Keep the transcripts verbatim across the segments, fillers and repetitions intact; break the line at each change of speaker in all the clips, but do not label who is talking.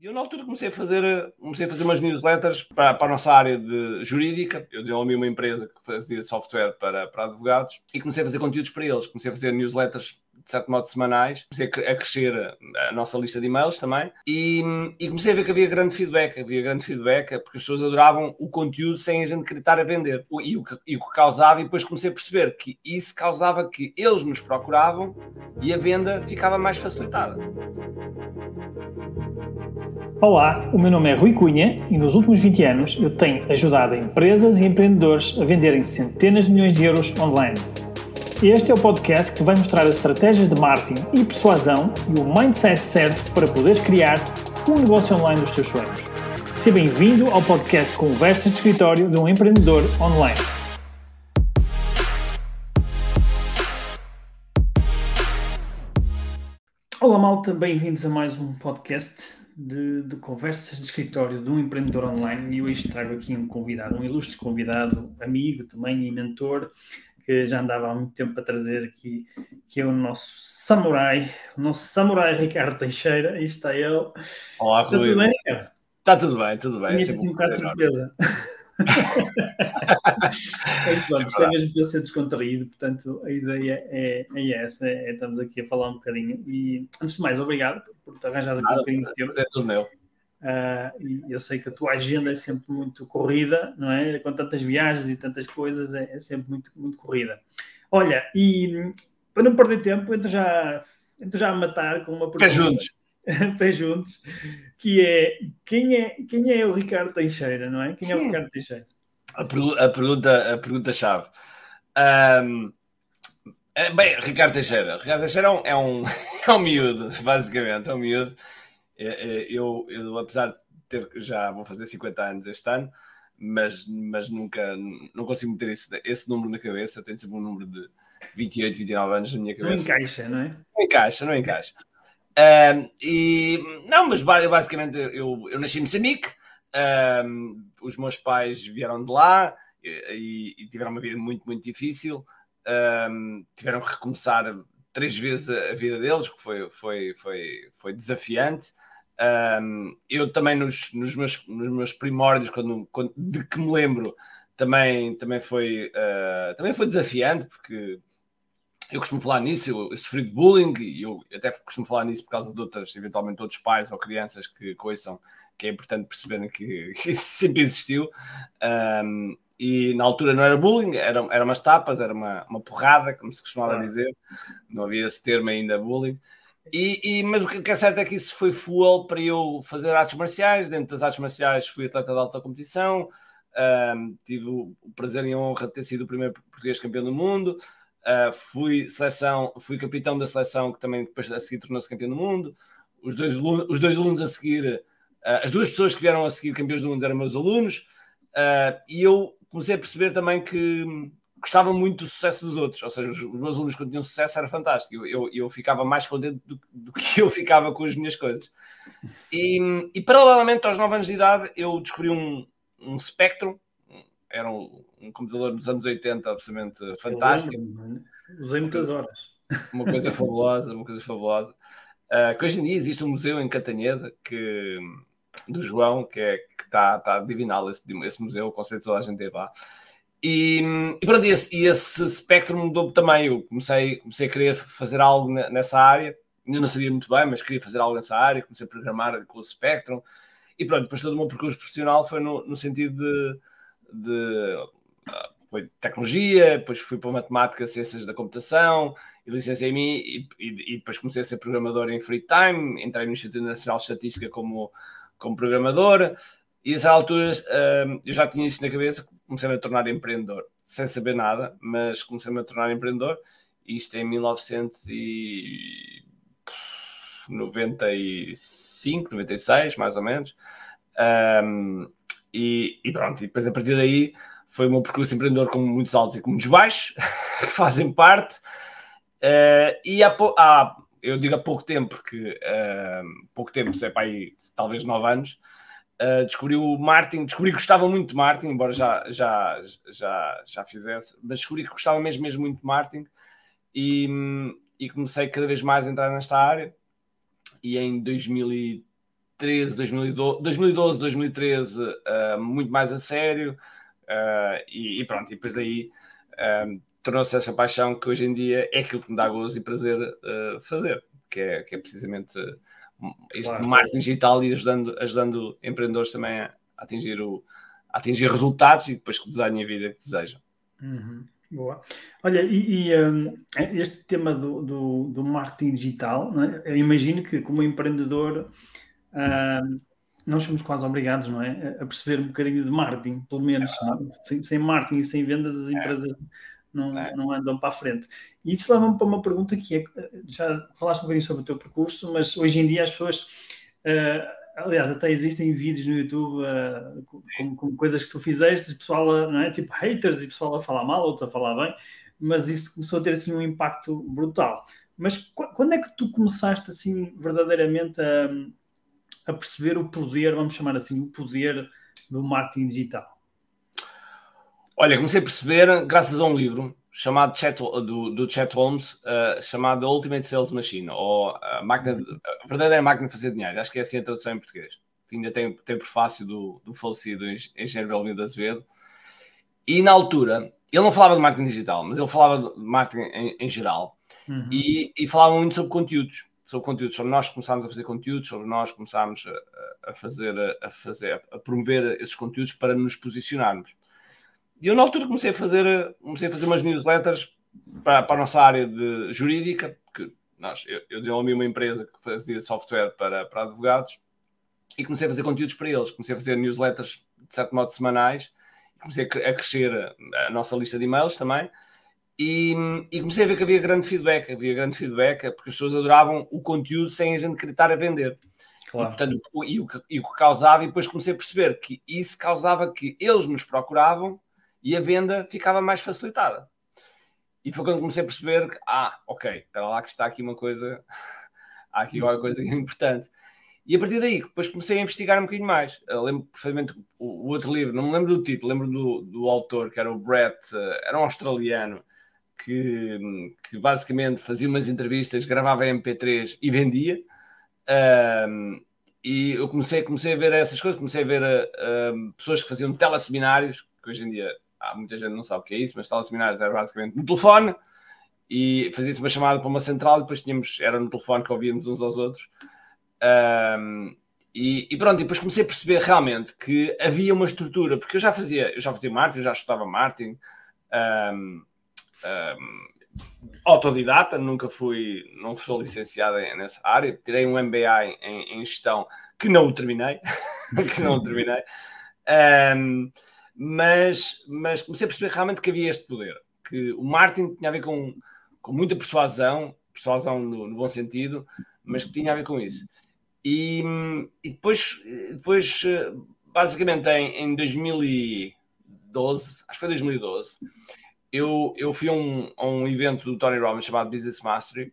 E eu, na altura, comecei a fazer, comecei a fazer umas newsletters para, para a nossa área de jurídica. Eu desenvolvi uma empresa que fazia software para, para advogados e comecei a fazer conteúdos para eles. Comecei a fazer newsletters, de certo modo, semanais. Comecei a crescer a nossa lista de e-mails também. E, e comecei a ver que havia grande feedback. Havia grande feedback porque as pessoas adoravam o conteúdo sem a gente querer estar a vender. E o que, e o que causava, e depois comecei a perceber que isso causava que eles nos procuravam e a venda ficava mais facilitada.
Olá, o meu nome é Rui Cunha e nos últimos vinte anos eu tenho ajudado empresas e empreendedores a venderem centenas de milhões de euros online. Este é o podcast que vai mostrar as estratégias de marketing e persuasão e o mindset certo para poderes criar um negócio online dos teus sonhos. Seja bem-vindo ao podcast Conversas de Escritório de um Empreendedor Online. Olá malta, bem-vindos a mais um podcast De, de conversas de escritório de um empreendedor online, e hoje trago aqui um convidado, um ilustre convidado, amigo também e mentor, que já andava há muito tempo para trazer aqui, que é o nosso samurai, o nosso samurai Ricardo Teixeira. Aí está ele.
Olá,
Está
Rui.
tudo bem, Ricardo?
Está tudo bem, tudo bem.
Tinha-te assim um bocado de surpresa. Mas pronto, isto é mesmo para eu ser descontraído, portanto a ideia é, é essa, é, estamos aqui a falar um bocadinho. E antes de mais, obrigado por te arranjares aqui um bocadinho de tempo.
É tudo meu.
Uh, e eu sei que a tua agenda é sempre muito corrida, não é? Com tantas viagens e tantas coisas, é, é sempre muito, muito corrida. Olha, e para não perder tempo, entro já, entro já a matar com uma pergunta.
Pé juntos.
Pé juntos, que é quem, é quem é o Ricardo Teixeira, não é? Quem é o Ricardo Teixeira?
A, pergu- a pergunta, a pergunta-chave. Um, é, bem, Ricardo Teixeira. Ricardo Teixeira é um, é um, é um miúdo, basicamente, é um miúdo. Eu, eu, apesar de ter, já vou fazer cinquenta anos este ano, mas, mas nunca, não consigo meter esse, esse número na cabeça. Eu tenho sempre um número de vinte e oito, vinte e nove anos na minha cabeça.
Não encaixa, não é?
Não encaixa, não encaixa. Um, e, não, mas basicamente eu, eu nasci em Moçambique, um, os meus pais vieram de lá e, e tiveram uma vida muito, muito difícil. Um, tiveram que recomeçar três vezes a vida deles, que foi, foi, foi, foi desafiante. Um, eu também nos, nos, meus, nos meus primórdios, quando, quando, de que me lembro, também, também, foi, uh, também foi desafiante, porque eu costumo falar nisso, eu, eu sofri de bullying e eu até costumo falar nisso por causa de outras, eventualmente outros pais ou crianças que ouçam, que é importante perceberem que, que isso sempre existiu. Um, e na altura não era bullying, eram era umas tapas, era uma, uma porrada, como se costumava dizer, não havia esse termo ainda, bullying. E, e, mas o que é certo é que isso foi fuel para eu fazer artes marciais. Dentro das artes marciais fui atleta de alta competição, um, tive o prazer e a honra de ter sido o primeiro português campeão do mundo. Uh, fui, seleção, fui capitão da seleção que também depois a seguir tornou-se campeão do mundo. Os dois, os dois alunos a seguir, uh, as duas pessoas que vieram a seguir campeões do mundo eram meus alunos, uh, e eu comecei a perceber também que gostava muito do sucesso dos outros, ou seja, os, os meus alunos quando tinham sucesso era fantástico, eu, eu, eu ficava mais contente do, do que eu ficava com as minhas coisas. E, e paralelamente aos nove anos de idade eu descobri um, um Spectrum. Era um, um computador dos anos oitenta absolutamente fantástico.
Usei muitas horas.
Uma coisa fabulosa, uma coisa fabulosa. Uh, que hoje em dia existe um museu em Cantanhede que, do João, que é, que está tá divinal esse, esse museu, o conceito de toda a gente ir lá. E, e pronto, e esse, e esse Spectrum mudou também. Eu comecei, comecei a querer fazer algo nessa área. Eu não sabia muito bem, mas queria fazer algo nessa área. Comecei a programar com o Spectrum. E pronto, depois todo o meu percurso profissional foi no, no sentido de de foi tecnologia, depois fui para matemática, ciências da computação, e licenciei-me e, e, e depois comecei a ser programador em free time, entrei no Instituto Nacional de Estatística como, como programador, e nessas alturas um, eu já tinha isso na cabeça, comecei-me a tornar empreendedor, sem saber nada, mas comecei-me a tornar empreendedor, e isto em mil novecentos e noventa e cinco, noventa e seis, mais ou menos. Um, E, e pronto, e depois a partir daí foi o meu percurso empreendedor com muitos altos e com muitos baixos, que fazem parte. Uh, e há, há, eu digo há pouco tempo, porque uh, pouco tempo, sei para aí, talvez nove anos, uh, descobri o marketing, descobri que gostava muito de marketing, embora já, já, já, já fizesse, mas descobri que gostava mesmo, mesmo muito de marketing e, e comecei cada vez mais a entrar nesta área. E em dois mil e treze, dois mil e doze, dois mil e doze, dois mil e treze, uh, muito mais a sério, uh, e, e pronto, e depois daí uh, tornou-se essa paixão que hoje em dia é aquilo que me dá gozo e prazer uh, fazer, que é, que é precisamente uh, isso claro. De marketing digital e ajudando, ajudando empreendedores também a atingir, o, a atingir resultados e depois que desenhem a vida que desejam.
Uhum. Boa. Olha, e, e um, este tema do, do, do marketing digital, né? Eu imagino que como empreendedor uh, nós somos quase obrigados, não é, a perceber um bocadinho de marketing, pelo menos. É sem, sem marketing e sem vendas as empresas é. não, é. não andam para a frente. E isso leva-me para uma pergunta que é, já falaste um bocadinho sobre o teu percurso, mas hoje em dia as pessoas... Uh, aliás, até existem vídeos no YouTube uh, com, com coisas que tu fizeste, e pessoal, não é? Tipo haters e pessoal a falar mal, outros a falar bem, mas isso começou a ter assim um impacto brutal. Mas qu- quando é que tu começaste assim verdadeiramente a, a perceber o poder, vamos chamar assim, o poder do marketing digital?
Olha, comecei a perceber graças a um livro chamado Chat, do, do Chat Holmes, uh, chamado The Ultimate Sales Machine, ou a, máquina de, a verdadeira máquina de fazer dinheiro. Acho que é assim a tradução em português. Que ainda tem, tem prefácio do, do falecido engenheiro Belmiro de Azevedo. E na altura, ele não falava de marketing digital, mas ele falava de marketing em, em geral. Uhum. E, e falava muito sobre conteúdos. Sobre conteúdos, sobre nós que começámos a fazer conteúdos, sobre nós que começámos a, a, fazer, a, fazer, a promover esses conteúdos para nos posicionarmos. E eu, na altura, comecei a fazer, comecei a fazer umas newsletters para, para a nossa área de jurídica, porque nós, eu, eu desenvolvi uma empresa que fazia software para, para advogados e comecei a fazer conteúdos para eles. Comecei a fazer newsletters, de certo modo, semanais. Comecei a crescer a nossa lista de e-mails também. E, e comecei a ver que havia grande feedback. Havia grande feedback porque as pessoas adoravam o conteúdo sem a gente querer estar a vender. Claro. E, portanto, e, o que, e o que causava, e depois comecei a perceber que isso causava que eles nos procuravam e a venda ficava mais facilitada. E foi quando comecei a perceber que, ah, ok, espera lá que está aqui uma coisa, há aqui alguma coisa importante. E a partir daí, depois comecei a investigar um bocadinho mais. Eu lembro perfeitamente o, o outro livro, não me lembro do título, lembro do, do autor, que era o Brett, era um australiano, que, que basicamente fazia umas entrevistas, gravava em M P três e vendia. Um, e eu comecei, comecei a ver essas coisas, comecei a ver uh, um, pessoas que faziam teleseminários, que hoje em dia há muita gente que não sabe o que é isso, mas teleseminários era basicamente no telefone e fazia-se uma chamada para uma central e depois tínhamos, era no telefone que ouvíamos uns aos outros. Um, e, e pronto, e depois comecei a perceber realmente que havia uma estrutura, porque eu já fazia, eu já fazia marketing, eu já estudava marketing, um, um, autodidata, nunca fui, não sou licenciado nessa área, tirei um M B A em, em gestão que não o terminei, que não o terminei, um, mas, mas comecei a perceber realmente que havia este poder, que o marketing tinha a ver com, com muita persuasão, persuasão no, no bom sentido, mas que tinha a ver com isso. E, e depois, depois, basicamente em, em dois mil e doze, acho que foi dois mil e doze, eu, eu fui a um, a um evento do Tony Robbins chamado Business Mastery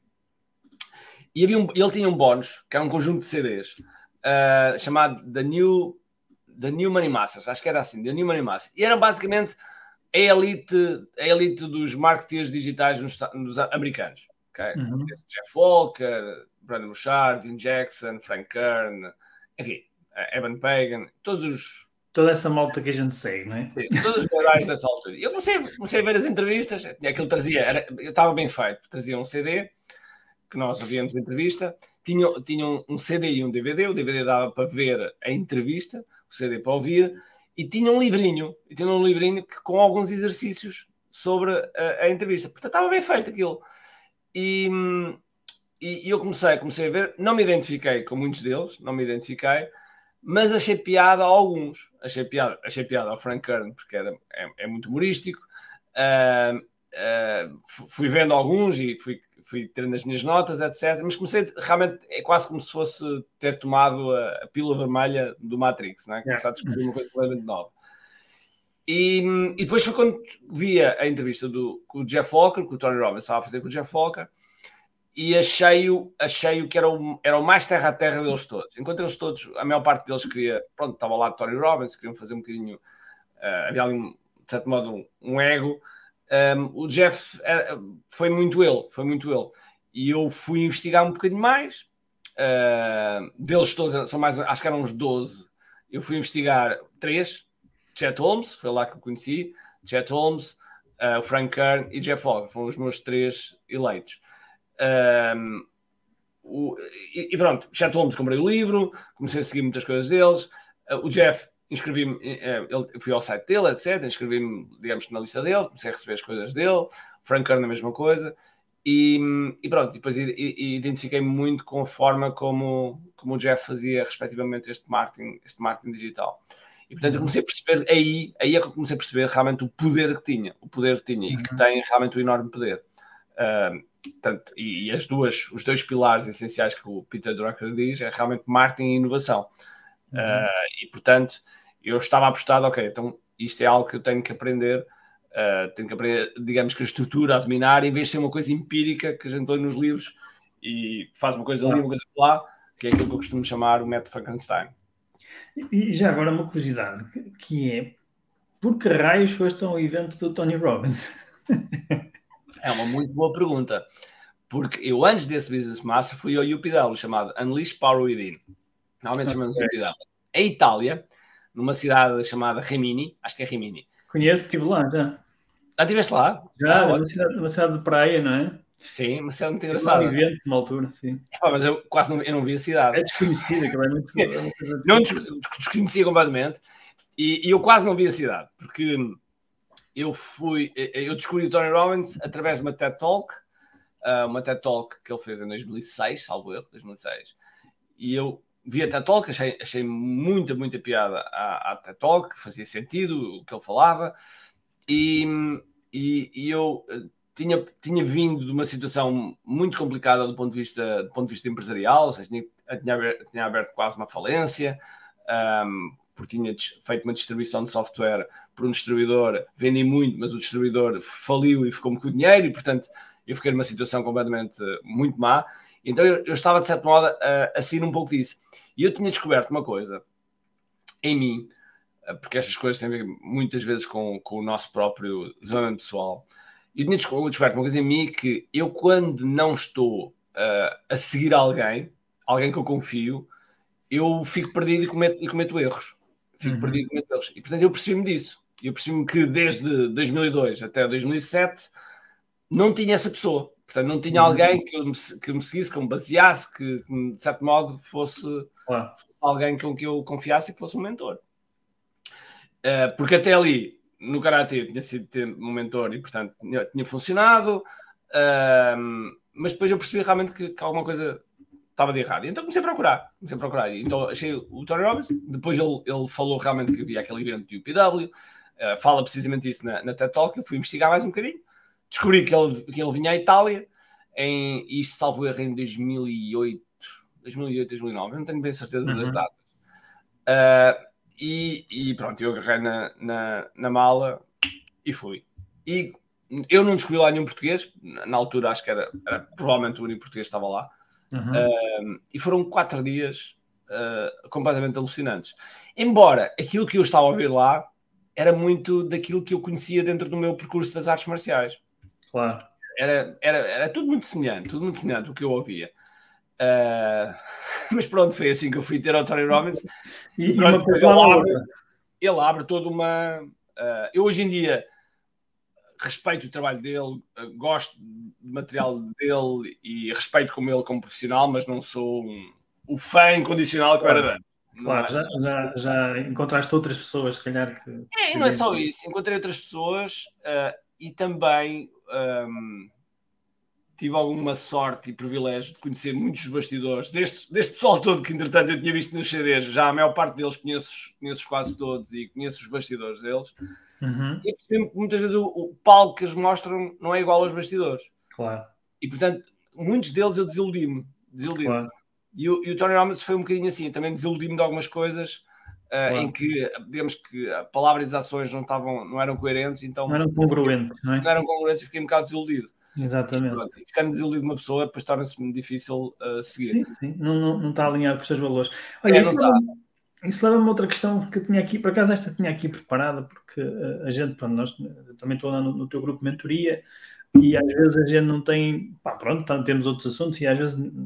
e havia um, ele tinha um bónus, que era um conjunto de C Ds, uh, chamado The New, The New Money Masters, acho que era assim, The New Money Masters, e eram basicamente a elite, a elite dos marketeers digitais nos, nos americanos. Okay? Uhum. Jeff Walker, Brandon Bouchard, Dean Jackson, Frank Kern, enfim, Evan Pagan, todos os...
Toda essa malta que a gente segue, não é?
Sim, todos os heróis dessa altura. Eu comecei, comecei a ver as entrevistas, aquilo trazia, era, eu estava bem feito, trazia um C D, que nós ouvíamos a entrevista, tinha, tinha um C D e um D V D, o D V D dava para ver a entrevista, o C D para ouvir, e tinha um livrinho, e tinha um livrinho que, com alguns exercícios sobre a, a entrevista. Portanto, estava bem feito aquilo. E, e, e eu comecei, comecei a ver, não me identifiquei com muitos deles, não me identifiquei, mas achei piada a alguns. Achei piada, achei piada ao Frank Kern, porque era, é, é muito humorístico. Uh, uh, fui vendo alguns e fui, fui tendo as minhas notas, etcétera. Mas comecei, realmente, é quase como se fosse ter tomado a, a pílula vermelha do Matrix, não é? Começar a descobrir uma coisa completamente nova. E, e depois foi quando via a entrevista do, com o Jeff Walker, que o Tony Robbins estava a fazer com o Jeff Walker, e achei-o achei que era o, era o mais terra a terra deles todos. Enquanto eles todos, a maior parte deles queria, pronto, estava lá o Tony Robbins, queriam fazer um bocadinho, uh, havia ali, de certo modo, um, um ego. Um, o Jeff era, foi muito ele, foi muito ele. E eu fui investigar um bocadinho mais uh, deles todos, são mais, acho que eram uns doze, eu fui investigar três, Chet Holmes, foi lá que eu conheci, Chet Holmes, uh, Frank Kern e Jeff Walker, foram os meus três eleitos. Um, o, e, e pronto, Chet Holmes, comprei o livro, comecei a seguir muitas coisas deles, uh, o Jeff, inscrevi-me, uh, fui ao site dele, etcétera, inscrevi-me, digamos, na lista dele, comecei a receber as coisas dele, Frank Kern a mesma coisa, e, e pronto, depois identifiquei-me muito com a forma como, como o Jeff fazia, respectivamente, este marketing, este marketing digital. E, portanto, eu comecei a perceber, aí, aí é que eu comecei a perceber realmente o poder que tinha, o poder que tinha, e que tem realmente um enorme poder. Uh, portanto, e, e as duas, os dois pilares essenciais que o Peter Drucker diz é realmente marketing e inovação. Uhum. Uh, e, portanto, eu estava apostado, ok, então isto é algo que eu tenho que aprender, uh, tenho que aprender, digamos que a estrutura a dominar, em vez de ser uma coisa empírica que a gente lê nos livros e faz uma coisa ali, uma coisa lá, que é aquilo que eu costumo chamar o método Frankenstein.
E já agora uma curiosidade, que é, por que raios foste ao evento do Tony Robbins?
É uma muito boa pergunta, porque eu antes desse Business Master fui ao U P W, chamado Unleash Power Within, normalmente chamamos okay. U P W, em Itália, numa cidade chamada Rimini, acho que é Rimini.
Conheço, estive lá já.
Ah, estiveste lá?
Já,
ah,
uma, cidade, uma cidade de praia, não é?
Sim, uma cidade muito engraçada.
Um evento, uma altura, sim.
Ah, mas eu quase não, eu não vi a cidade.
É desconhecida, que é muito...
não desconhecia completamente. E, e eu quase não vi a cidade, porque eu fui... Eu descobri o Tony Robbins através de uma TED Talk, uma TED Talk que ele fez em dois mil e seis, salvo erro, dois mil e seis. E eu vi a TED Talk, achei, achei muita, muita piada à, à TED Talk, fazia sentido o que ele falava. E, e, e eu... Tinha, tinha vindo de uma situação muito complicada do ponto de vista, do ponto de vista empresarial, ou seja, tinha, tinha, aberto, tinha aberto quase uma falência, um, porque tinha feito uma distribuição de software por um distribuidor, vendi muito, mas o distribuidor faliu e ficou-me com o dinheiro, e portanto eu fiquei numa situação completamente muito má. Então eu, eu estava de certa modo a, a sair um pouco disso. E eu tinha descoberto uma coisa em mim, porque estas coisas têm a ver muitas vezes com, com o nosso próprio desenvolvimento pessoal. Eu tinha descoberto uma coisa em mim, que eu, quando não estou uh, a seguir alguém, alguém que eu confio, eu fico perdido e cometo, e cometo erros. Fico uhum. perdido e cometo erros. E, portanto, eu percebi-me disso. Eu percebi-me que desde dois mil e dois até dois mil e sete não tinha essa pessoa. Portanto, não tinha uhum. alguém que, eu me, que me seguisse, que me baseasse, que, que de certo modo fosse,
ah.
fosse alguém com que eu confiasse e que fosse um mentor. Uh, porque até ali... No Karate tinha sido um mentor e, portanto, tinha, tinha funcionado, uh, mas depois eu percebi realmente que, que alguma coisa estava de errado. E então comecei a procurar. Comecei a procurar. E então achei o Tony Robbins. Depois ele, ele falou realmente que havia aquele evento do U P W. Uh, fala precisamente isso na, na TED Talk. Eu fui investigar mais um bocadinho. Descobri que ele, que ele vinha à Itália. Em, isto, salvo erro, em dois mil e oito, dois mil e oito, dois mil e nove. Eu não tenho bem certeza uhum. das datas. Uh, E, e pronto, eu agarrei na, na, na mala e fui. E eu não descobri lá nenhum português. Na altura acho que era, era provavelmente o único português que estava lá. Uhum. Uh, e foram quatro dias uh, completamente alucinantes. Embora aquilo que eu estava a ver lá era muito daquilo que eu conhecia dentro do meu percurso das artes marciais.
Claro.
Era, era, era tudo muito semelhante, tudo muito semelhante o que eu ouvia. Uh, mas pronto, foi assim que eu fui ter ao Tony Robbins.
E,
pronto,
uma coisa
ele, abre, ele abre toda uma... Uh, eu hoje em dia respeito o trabalho dele, uh, gosto do material dele e respeito como ele como profissional, mas não sou um, o fã incondicional que eu era antes.
Claro, já, já, já encontraste outras pessoas, se calhar. Que,
é, e não é só isso. Encontrei outras pessoas uh, e também... Um, tive alguma sorte e privilégio de conhecer muitos bastidores deste, deste pessoal todo que, entretanto, eu tinha visto nos C Ds. Já a maior parte deles conheço, conheço quase todos e conheço os bastidores deles.
Uhum.
E percebo que muitas vezes o, o palco que eles mostram não é igual aos bastidores.
Claro.
E, portanto, muitos deles eu desiludi-me. desiludi-me. Claro. E, o, e o Tony Robbins foi um bocadinho assim. Também desiludi-me de algumas coisas uh, claro. Em que, digamos que a palavra e as ações não, estavam, não eram coerentes. Então,
não eram congruentes, não é?
Não eram congruentes e fiquei um bocado desiludido.
Exatamente.
E, pronto, ficando desiludido de uma pessoa, depois torna-se difícil uh, seguir.
Sim, sim. Não, não, não está alinhado com os seus valores. Olha,
é,
isso,
não
leva, isso leva-me a outra questão que eu tinha aqui, por acaso esta tinha aqui preparada, porque uh, a gente, pronto, nós também estou lá no, no teu grupo de mentoria e às vezes a gente não tem, pá, pronto, tá, temos outros assuntos e às vezes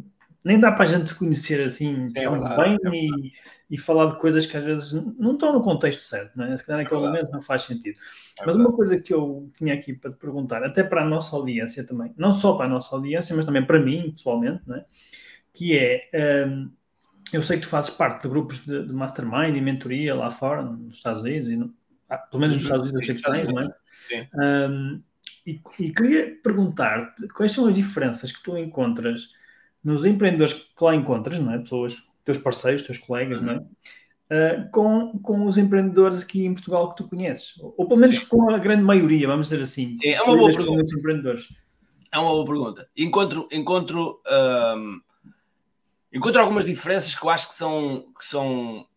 nem dá para a gente se conhecer assim
Sim, é
tão
verdade,
bem
é
e, e falar de coisas que às vezes não estão no contexto certo, não é? Se calhar naquele
verdade,
momento não faz sentido.
é
Mas
verdade.
uma coisa que eu tinha aqui para te perguntar, até para a nossa audiência também, não só para a nossa audiência, mas também para mim, pessoalmente, não é? Que é, hum, eu sei que tu fazes parte de grupos de, de mastermind e mentoria lá fora, nos Estados Unidos, e no, ah, pelo menos nos
Uhum.
Estados Unidos eu
Sim,
sei que
Estados
tens, não
Unidos.
é?
Sim.
Um, e, e queria perguntar-te quais são as diferenças que tu encontras nos empreendedores que lá encontras, não é? Pessoas, teus parceiros, teus colegas, não é? Uh, com, com os empreendedores aqui em Portugal que tu conheces, ou, ou pelo menos
Sim.
com a grande maioria, vamos dizer assim,
Sim, é
que
uma boa
lidas com
pergunta.
muitos empreendedores.
É uma boa pergunta. Encontro, encontro, hum, encontro algumas diferenças que eu acho que são, que são,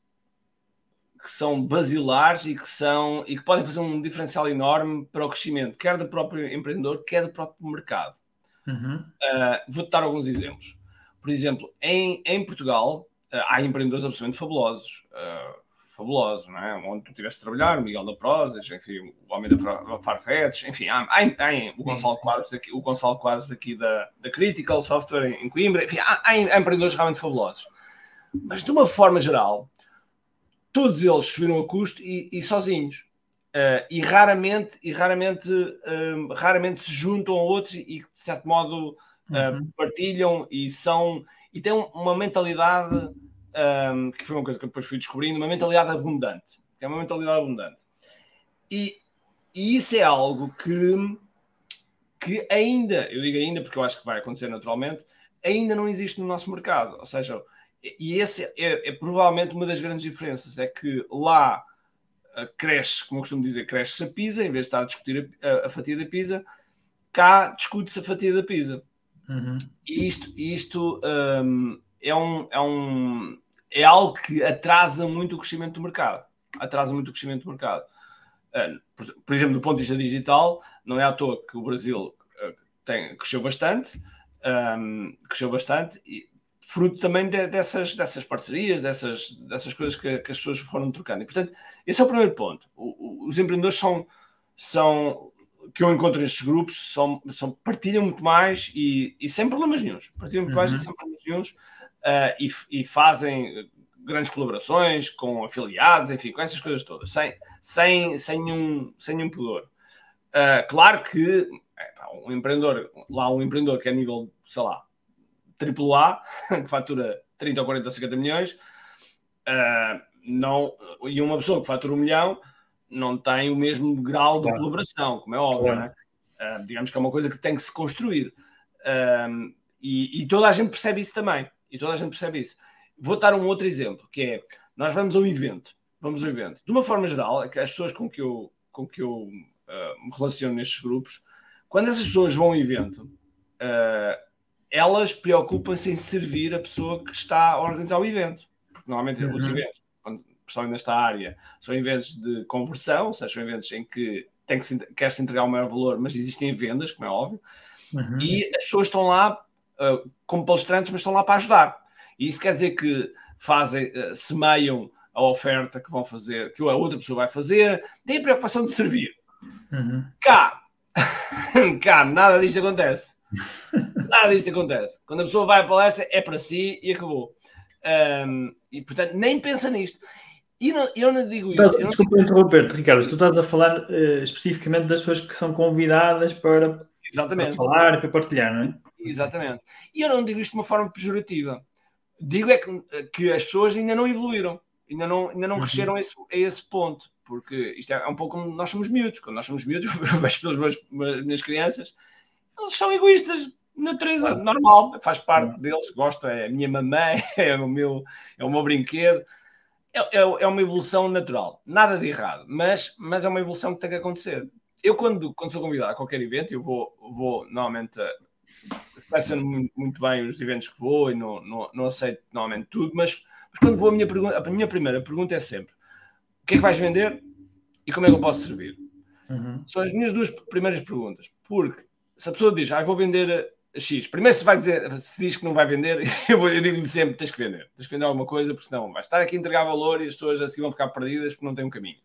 que são basilares e que, são, e que podem fazer um diferencial enorme para o crescimento, quer do próprio empreendedor, quer do próprio mercado.
Uhum.
Uh, vou-te dar alguns exemplos. Por exemplo, em, em Portugal, uh, há empreendedores absolutamente fabulosos. Uh, fabulosos, não é? Onde tu estiveste a trabalhar, o Miguel da Prozas, enfim, o homem da Farfetch, enfim, há, há, há o, Gonçalo Quadros aqui, o Gonçalo Quadros aqui da, da Critical Software em, em Coimbra, enfim, há, há empreendedores realmente fabulosos. Mas, de uma forma geral, todos eles subiram a custo e, e sozinhos. Uh, e raramente, e raramente, um, raramente se juntam a outros e, de certo modo, uh,
Uhum.
partilham e são e têm uma mentalidade um, que foi uma coisa que eu depois fui descobrindo, uma mentalidade abundante. É uma mentalidade abundante. E, e isso é algo que, que ainda, eu digo ainda porque eu acho que vai acontecer naturalmente, ainda não existe no nosso mercado. Ou seja, e esse é, é provavelmente uma das grandes diferenças, é que lá cresce, como eu costumo dizer, cresce-se a pizza, em vez de estar a discutir a, a fatia da pizza, cá discute-se a fatia da pizza.
Uhum.
E isto, isto um, é, um, é, um, é algo que atrasa muito o crescimento do mercado. Atrasa muito o crescimento do mercado. Uh, por, por exemplo, do ponto de vista digital, não é à toa que o Brasil uh, tem, cresceu bastante, um, cresceu bastante, e fruto também de, dessas, dessas parcerias, dessas, dessas coisas que, que as pessoas foram trocando. E, portanto, esse é o primeiro ponto. O, o, os empreendedores são, são, que eu encontro nestes grupos, são, são, partilham muito mais e, e sem problemas nenhums. Partilham muito uhum. mais e sem problemas nenhums uh, e, e fazem grandes colaborações com afiliados, enfim, com essas coisas todas, sem, sem, sem, nenhum, sem nenhum pudor. Uh, claro que é, um empreendedor, lá um empreendedor que é nível, sei lá, triplo A, que fatura trinta ou quarenta ou cinquenta milhões, uh, não, e uma pessoa que fatura um milhão não tem o mesmo grau de colaboração, como é óbvio, claro. Não é? Uh, digamos que é uma coisa que tem que se construir. Uh, e, e toda a gente percebe isso também. E toda a gente percebe isso. Vou dar um outro exemplo, que é, nós vamos a um evento, vamos a um evento. De uma forma geral, as pessoas com que eu, com que eu uh, me relaciono nestes grupos, quando essas pessoas vão a um evento, uh, elas preocupam-se em servir a pessoa que está a organizar o evento. Porque normalmente uhum. os eventos, principalmente nesta área, são eventos de conversão, ou seja, são eventos em que tem que se, quer-se entregar o maior valor, mas existem vendas, como é óbvio, uhum. e as pessoas estão lá uh, como palestrantes, mas estão lá para ajudar. E isso quer dizer que fazem, uh, semeiam a oferta que vão fazer, que a outra pessoa vai fazer, têm a preocupação de servir.
Uhum.
Cá, cá, nada disto acontece. Nada disto acontece. Quando a pessoa vai à palestra, é para si e acabou. Um, e, portanto, nem pensa nisto. E não, eu não digo isto.
Então,
eu
desculpa
não...
interromper-te, Ricardo. Tu estás a falar uh, especificamente das pessoas que são convidadas para, para falar e para partilhar, não é?
Exatamente. E eu não digo isto de uma forma pejorativa. Digo é que, que as pessoas ainda não evoluíram. Ainda não, ainda não uhum. cresceram a esse, a esse ponto. Porque isto é um pouco como nós somos miúdos. Quando nós somos miúdos, eu vejo pelas minhas, minhas crianças, eles são egoístas. Natureza, claro. Normal, faz parte claro. Deles, gosto, é a minha mamãe, é o meu, é o meu brinquedo, é, é, é uma evolução natural, nada de errado, mas, mas é uma evolução que tem que acontecer. Eu, quando, quando sou convidado a qualquer evento, eu vou, vou normalmente, seleciono muito, muito bem os eventos que vou e não, não, não aceito normalmente tudo, mas, mas quando vou, a minha, pergunta, a minha primeira pergunta é sempre: o que é que vais vender e como é que eu posso servir?
Uhum.
São as minhas duas primeiras perguntas, porque se a pessoa diz, ah, eu vou vender X. Primeiro, se vai dizer, se diz que não vai vender, eu, vou, eu digo-lhe sempre: tens que vender, tens que vender alguma coisa, porque senão vais estar aqui a entregar valor e as pessoas assim vão ficar perdidas porque não têm um caminho.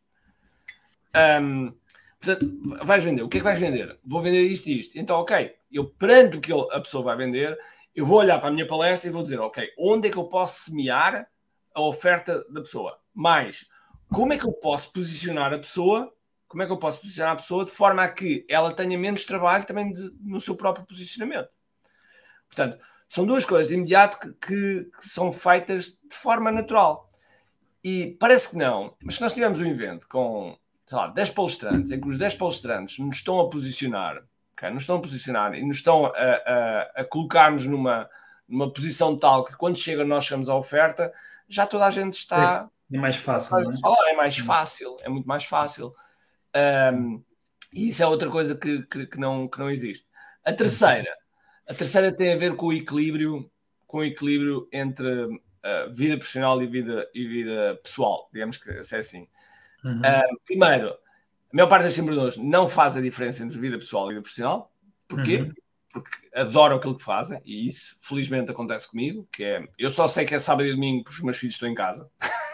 Um, portanto, vais vender. O que é que vais vender? Vou vender isto e isto. Então, ok, eu perante o que ele, a pessoa vai vender, eu vou olhar para a minha palestra e vou dizer, ok, onde é que eu posso semear a oferta da pessoa? Mais, como é que eu posso posicionar a pessoa, como é que eu posso posicionar a pessoa de forma a que ela tenha menos trabalho também de, no seu próprio posicionamento. Portanto, são duas coisas de imediato que, que, que são feitas de forma natural. E parece que não, mas se nós tivermos um evento com, sei lá, dez palestrantes, em que os dez palestrantes nos estão a posicionar, okay, nos estão a posicionar e nos estão a, a, a colocar-nos numa, numa posição tal que quando chega nós chegamos à oferta, já toda a gente está...
É mais fácil, não é?
Falar, é mais fácil, é muito mais fácil. Um, e isso é outra coisa que, que, que, não, que não existe. A terceira, a terceira tem a ver com o equilíbrio, com o equilíbrio entre uh, vida profissional e vida, e vida pessoal, digamos que é assim. Uhum. Uh, primeiro, a maior parte dos empreendedores não faz a diferença entre vida pessoal e vida profissional. Porquê? Uhum. Porque adoram aquilo que fazem, e isso felizmente acontece comigo, que é, eu só sei que é sábado e domingo porque os meus filhos estão em casa.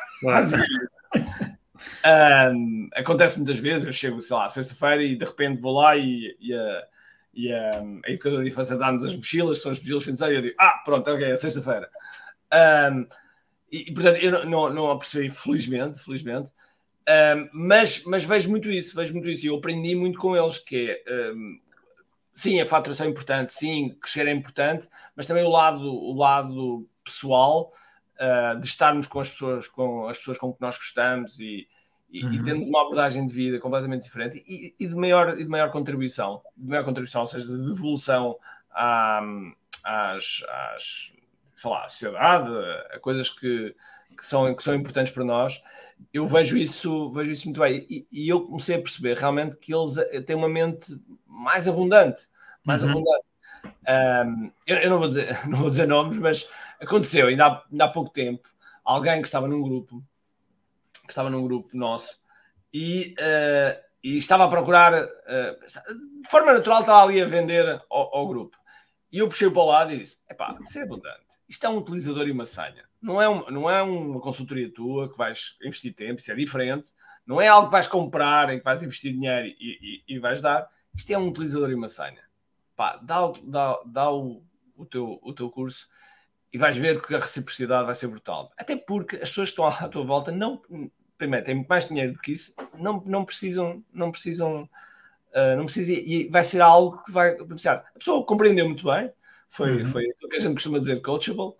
um, acontece muitas vezes, eu chego, sei lá, sexta-feira e de repente vou lá e, e a, e a, a educadora de infância dá-nos as mochilas, são as mochilas de fim de semana, e eu digo, ah, pronto, ok, é sexta-feira. Um, e, e portanto eu não, não a percebi, felizmente, felizmente, um, mas, mas vejo muito isso, vejo muito isso, e eu aprendi muito com eles, que é, um, sim, a faturação é importante, sim, crescer é importante, mas também o lado, o lado pessoal, uh, de estarmos com as pessoas com as pessoas com que nós gostamos e, e, uhum. e termos uma abordagem de vida completamente diferente e, e, de, maior, e de maior contribuição, de maior contribuição, ou seja, de devolução à, às, às, sei lá, à sociedade, a coisas que, que, são, que são importantes para nós. Eu vejo isso, vejo isso muito bem. E, e eu comecei a perceber realmente que eles têm uma mente mais abundante, mais uhum. abundante. Um, eu, eu não, vou dizer, não vou dizer nomes, mas aconteceu ainda há, ainda há pouco tempo alguém que estava num grupo que estava num grupo nosso e, uh, e estava a procurar uh, de forma natural, estava ali a vender ao, ao grupo e eu puxei para o lado e disse, epá, isso é abundante, isto é um utilizador e uma senha, não é, um, não é uma consultoria tua que vais investir tempo, isso é diferente, não é algo que vais comprar em que vais investir dinheiro e, e, e vais dar, isto é um utilizador e uma senha. Pá, dá, dá, dá o, o, teu, o teu curso e vais ver que a reciprocidade vai ser brutal. Até porque as pessoas que estão à tua volta não, primeiro, têm muito mais dinheiro do que isso, não, não precisam, não precisam, uh, não precisam, e vai ser algo que vai beneficiar. A pessoa compreendeu muito bem, foi, uhum. foi o que a gente costuma dizer coachable,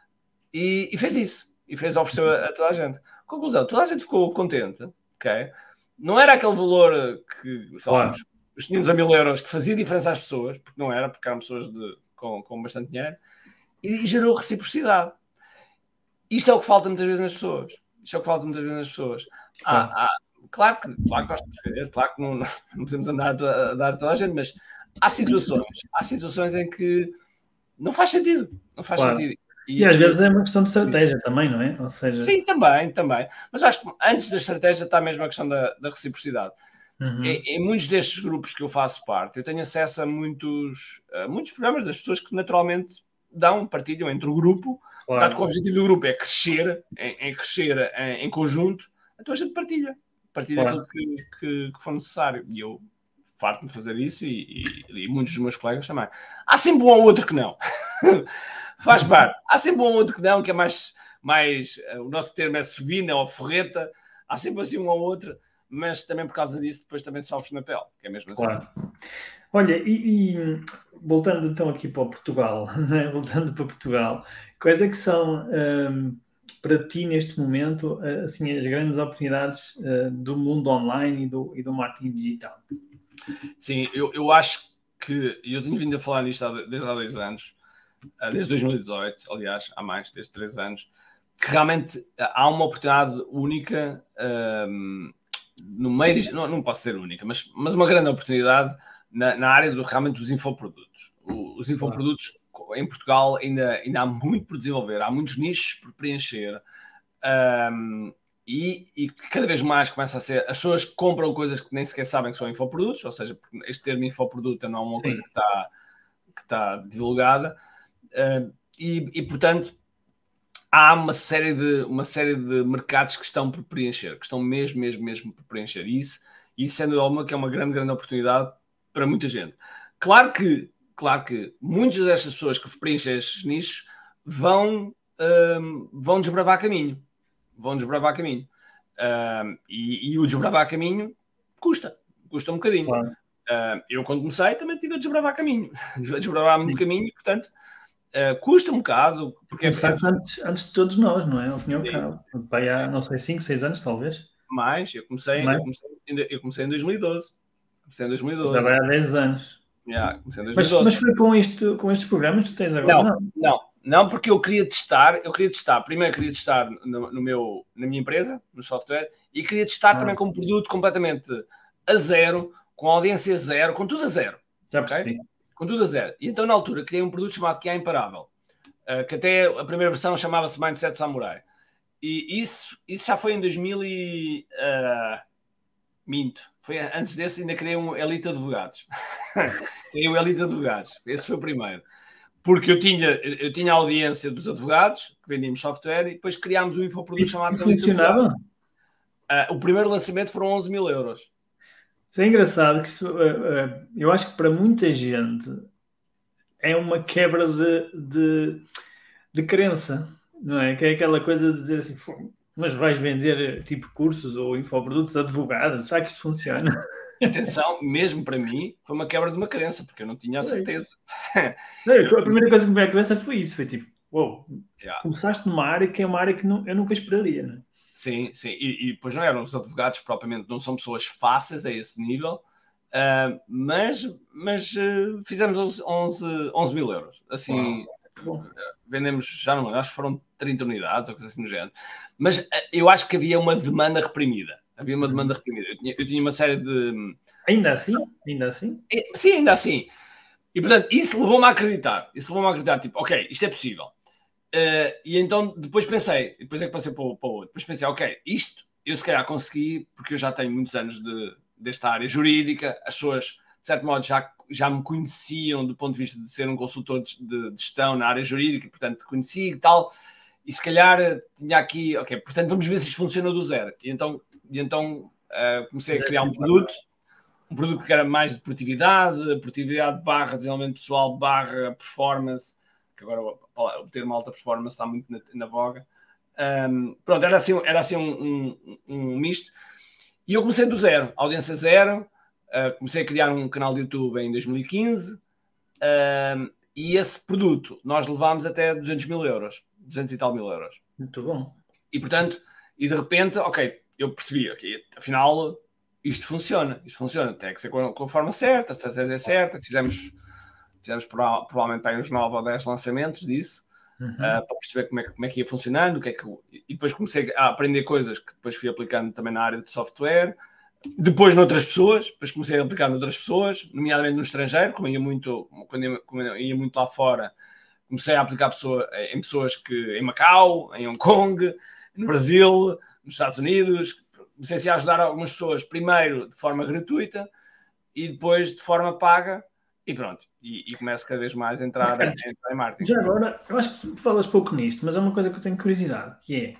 e, e fez isso, e fez oferecer a, a toda a gente. Conclusão, toda a gente ficou contente, ok? Não era aquele valor que, sei lá, claro. Os tínhamos a mil euros que fazia diferença às pessoas, porque não era, porque eram pessoas de, com, com bastante dinheiro, e, e gerou reciprocidade. Isto é o que falta muitas vezes nas pessoas. Isto é o que falta muitas vezes nas pessoas. Há, há, claro que, claro que nós podemos defender, claro que não, não podemos andar a, a dar a toda a gente, mas há situações, há situações em que não faz sentido. Não faz claro. sentido.
E, e às e, vezes é uma questão de estratégia também, não é? Ou seja...
Sim, também, também. Mas acho que antes da estratégia está mesmo a questão da, da reciprocidade. Uhum. Em, em muitos destes grupos que eu faço parte, eu tenho acesso a muitos, a muitos programas das pessoas que naturalmente dão, partilham entre o grupo, claro. Dado que o objetivo do grupo é crescer, é, é crescer em, em conjunto, então a gente partilha, partilha claro. Aquilo que, que, que for necessário. E eu farto-me de fazer isso e, e, e muitos dos meus colegas também. Há sempre um ou outro que não. Faz parte. Há sempre um ou outro que não, que é mais, mais o nosso termo é sovina ou forreta. Há sempre assim um ou outro. Mas também por causa disso depois também sofres na pele, que é mesmo assim.
Claro. Olha, e, e voltando então aqui para Portugal, né? voltando para Portugal, quais é que são um, para ti neste momento assim, as grandes oportunidades uh, do mundo online e do, e do marketing digital?
Sim, eu, eu acho que, e eu tenho vindo a falar nisto há, desde há dois anos, desde dois mil e dezoito, aliás, há mais, desde três anos, que realmente há uma oportunidade única um, no meio disto, não, não posso ser única, mas, mas uma grande oportunidade na, na área do, realmente dos infoprodutos. O, os infoprodutos em Portugal ainda, ainda há muito por desenvolver, há muitos nichos por preencher um, e, e cada vez mais começa a ser, as pessoas compram coisas que nem sequer sabem que são infoprodutos, ou seja, este termo infoproduto não é uma Sim. coisa que está, que está divulgada uh, e, e portanto há uma série, de, uma série de mercados que estão por preencher, que estão mesmo, mesmo, mesmo por preencher. E isso, isso sendo alguma que é uma grande, grande oportunidade para muita gente. Claro que claro que muitas destas pessoas que preenchem estes nichos vão, um, vão desbravar caminho. Vão desbravar caminho. Um, e, e o desbravar caminho custa. Custa um bocadinho.
Claro.
Uh, eu, quando comecei, também tive a desbravar caminho. Tive a desbravar muito caminho e, portanto, uh, custa um bocado. Porque é, é...
Antes, antes de todos nós, não é? Ao fim e ao cabo. Pai, há, não sei, cinco, seis anos, talvez.
Mais, eu comecei,
Mais?
eu comecei, eu comecei em dois mil e doze. Comecei em dois mil e doze.
Já vai há dez anos.
Yeah, comecei em dois mil e doze.
Mas, mas foi com, isto, com estes programas que tu tens agora?
Não,
não,
não, não, porque eu queria testar, eu queria testar, primeiro queria testar no, no meu, na minha empresa, no software, e queria testar ah. também com um produto completamente a zero, com audiência zero, com tudo a zero.
Já percebi.
Okay? Com tudo a zero. E então, na altura, criei um produto chamado Que é Imparável, uh, que até a primeira versão chamava-se Mindset Samurai. E isso, isso já foi em dois mil e... Uh, minto. Foi antes desse, ainda criei um Elite Advogados. Criei o Elite Advogados. Esse foi o primeiro. Porque eu tinha, eu tinha a audiência dos advogados, que vendíamos software, e depois criámos um infoproduto chamado Elite
funcionava?
Uh, o primeiro lançamento foram onze mil euros.
Isso é engraçado, que isso, uh, uh, eu acho que para muita gente é uma quebra de, de, de crença, não é? Que é aquela coisa de dizer assim, mas vais vender tipo cursos ou infoprodutos advogados, será que isto funciona?
Atenção, mesmo para mim, foi uma quebra de uma crença, porque eu não tinha a certeza.
A primeira coisa que me veio à cabeça foi isso, foi tipo, uou, wow,
yeah.
Começaste numa área que é uma área que não, eu nunca esperaria, não é?
Sim, sim, e, e depois não eram os advogados propriamente, não são pessoas fáceis a esse nível, uh, mas, mas uh, fizemos onze mil euros, assim, wow. Vendemos, já não acho que foram trinta unidades ou coisa assim no género, mas uh, eu acho que havia uma demanda reprimida, havia uma demanda reprimida, eu tinha, eu tinha uma série de...
Ainda assim? Ainda assim?
Sim, ainda assim, e portanto isso levou-me a acreditar, isso levou-me a acreditar, tipo, ok, isto é possível. Uh, e então depois pensei, depois é que passei para o, para o outro, depois pensei, ok, isto eu se calhar consegui, porque eu já tenho muitos anos de, desta área jurídica, as pessoas de certo modo já, já me conheciam do ponto de vista de ser um consultor de, de, de gestão na área jurídica, portanto conheci e tal, e se calhar tinha aqui, ok, portanto vamos ver se isto funciona do zero, e então, e então uh, comecei a criar um produto, um produto que era mais de produtividade, produtividade barra desenvolvimento pessoal barra performance, que agora o termo alta performance está muito na, na voga. Um, pronto, era assim, era assim um, um, um misto. E eu comecei do zero, audiência zero, uh, comecei a criar um canal de YouTube em dois mil e quinze, uh, e esse produto nós levámos até duzentos mil euros, duzentos e tal mil euros.
Muito bom.
E portanto, e de repente, ok, eu percebi, ok, afinal isto funciona, isto funciona, tem que ser com, com a forma certa, a estratégia é certa, fizemos... Fizemos provavelmente aí uns nove ou dez lançamentos disso, uhum. uh, para perceber como é, como é que ia funcionando, o que é que eu... e depois comecei a aprender coisas que depois fui aplicando também na área de software, depois noutras pessoas, depois comecei a aplicar noutras pessoas, nomeadamente no estrangeiro, como ia muito, quando ia, como ia muito lá fora, comecei a aplicar pessoa, em pessoas que em Macau, em Hong Kong, no Brasil, nos Estados Unidos, comecei a ajudar algumas pessoas, primeiro de forma gratuita e depois de forma paga, e pronto, e, e começo cada vez mais a entrar, a entrar em marketing.
Já agora, eu acho que tu falas pouco nisto, mas é uma coisa que eu tenho curiosidade, que é,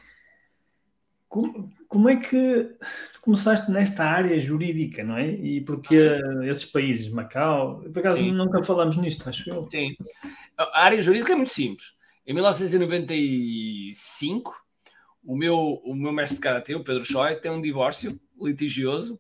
como, como é que tu começaste nesta área jurídica, não é? E porque esses países, Macau, por acaso Sim. nunca falamos nisto, acho eu.
Sim, a área jurídica é muito simples. Em mil novecentos e noventa e cinco, o meu, o meu mestre de karatê, o Pedro Choi, tem um divórcio litigioso.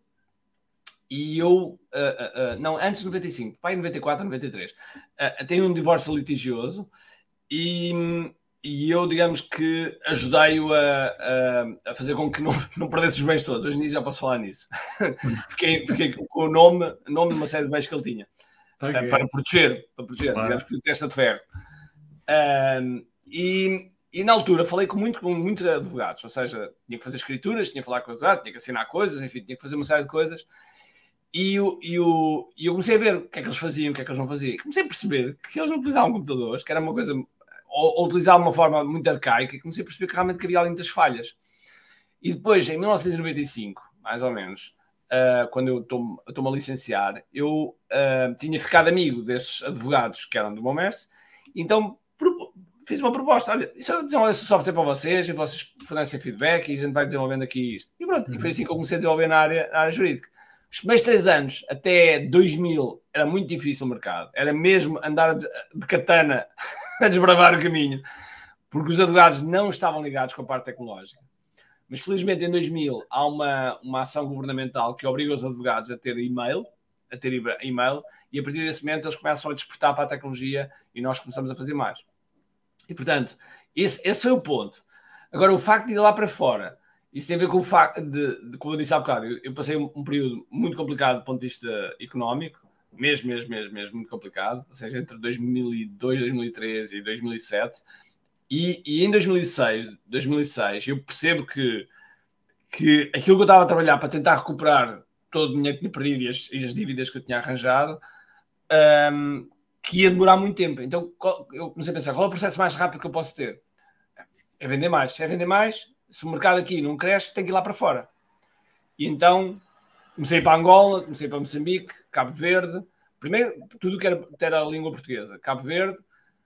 E eu, uh, uh, uh, não, antes de noventa e cinco, pai, noventa e quatro, noventa e três, uh, tenho um divórcio litigioso e, e eu, digamos que ajudei-o a, a, a fazer com que não, não perdesse os bens todos. Hoje em dia já posso falar nisso. fiquei, fiquei com o nome, nome de uma série de bens que ele tinha, okay. uh, para proteger, para proteger, claro. Digamos que o testa de ferro. Uh, e, e na altura falei com muito, com muitos advogados, ou seja, tinha que fazer escrituras, tinha que falar com os advogados, tinha que assinar coisas, enfim, tinha que fazer uma série de coisas. E eu, e, eu, e eu comecei a ver o que é que eles faziam, o que é que eles não faziam. E comecei a perceber que eles não utilizavam computadores, que era uma coisa, ou, ou utilizavam de uma forma muito arcaica, e comecei a perceber que realmente havia ali muitas falhas. E depois, em mil novecentos e noventa e cinco, mais ou menos, uh, quando eu estou-me a licenciar, eu uh, tinha ficado amigo desses advogados que eram do meu mestre, então fiz uma proposta, olha, isso eu desenvolver esse software para vocês, e vocês fornecem feedback, e a gente vai desenvolvendo aqui isto. E pronto, uhum. E foi assim que eu comecei a desenvolver na área, na área jurídica. Os primeiros três anos, até dois mil, era muito difícil o mercado. Era mesmo andar de, de katana a desbravar o caminho, porque os advogados não estavam ligados com a parte tecnológica. Mas, felizmente, em dois mil, há uma, uma ação governamental que obriga os advogados a ter e-mail, a ter e-mail, e a partir desse momento eles começam a despertar para a tecnologia e nós começamos a fazer mais. E, portanto, esse, esse foi o ponto. Agora, o facto de ir lá para fora, isso tem a ver com o facto de, de como eu disse há bocado, eu, eu passei um, um período muito complicado do ponto de vista económico, mesmo, mesmo, mesmo, mesmo muito complicado, ou seja, entre dois mil e dois, dois mil e treze e dois mil e sete, e, e em dois mil e seis, dois mil e seis eu percebo que, que aquilo que eu estava a trabalhar para tentar recuperar todo o dinheiro que tinha perdido e as, e as dívidas que eu tinha arranjado, um, que ia demorar muito tempo. Então eu comecei a pensar, qual é o processo mais rápido que eu posso ter? É vender mais. É vender mais. Se o mercado aqui não cresce, tem que ir lá para fora. E então comecei para Angola, comecei para Moçambique, Cabo Verde. Primeiro, tudo que era, era a língua portuguesa. Cabo Verde.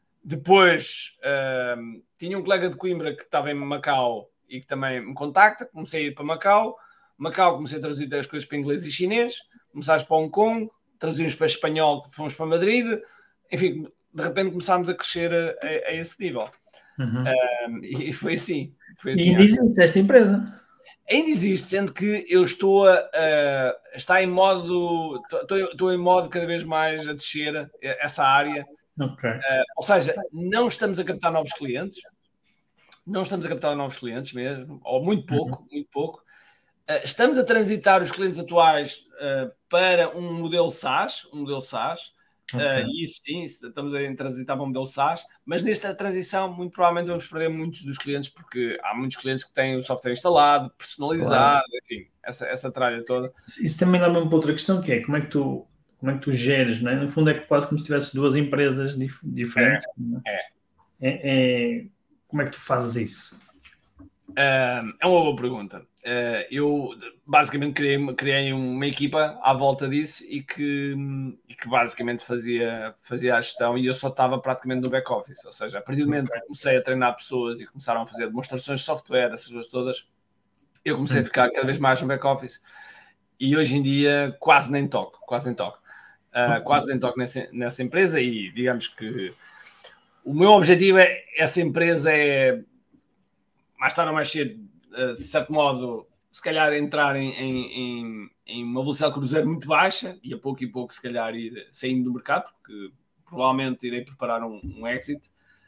Depois, um, tinha um colega de Coimbra que estava em Macau e que também me contacta. Comecei a ir para Macau. Macau comecei a traduzir as coisas para inglês e chinês. Começámos para Hong Kong. Traduzimos para espanhol, fomos para Madrid. Enfim, de repente começámos a crescer a, a, a esse nível. Uhum. Um, e foi assim. Foi assim
e ainda existe esta empresa?
Ainda existe, sendo que eu estou a, a estar em modo, estou, estou em modo cada vez mais a descer essa área.
Okay.
Uh, ou seja, não estamos a captar novos clientes, não estamos a captar novos clientes mesmo, ou muito pouco, uhum. muito pouco. Uh, estamos a transitar os clientes atuais uh, para um modelo SaaS, um modelo SaaS. Okay. Uh, e isso sim, estamos a transitar para um modelo SaaS, mas nesta transição muito provavelmente vamos perder muitos dos clientes, porque há muitos clientes que têm o software instalado, personalizado, claro. Enfim, essa, essa tralha toda.
Isso também leva-me para outra questão, que é como é que tu, como é que tu geres, não é? No fundo é quase como se tivesses duas empresas dif- diferentes.
É,
é? É, é. Como é que tu fazes isso?
Uh, é uma boa pergunta. Uh, eu basicamente criei, criei uma equipa à volta disso e que, e que basicamente fazia, fazia a gestão, e eu só estava praticamente no back-office. Ou seja, a partir do momento okay. que comecei a treinar pessoas e começaram a fazer demonstrações de software, essas coisas todas, eu comecei hum. a ficar cada vez mais no back-office e hoje em dia quase nem toco, quase nem toco. Uh, okay. Quase nem toco nessa, nessa empresa, e digamos que o meu objetivo é, essa empresa é mais tarde ou mais cedo, de certo modo, se calhar entrar em, em, em uma velocidade cruzeiro muito baixa e a pouco e pouco, se calhar, ir saindo do mercado, porque provavelmente irei preparar um, um exit.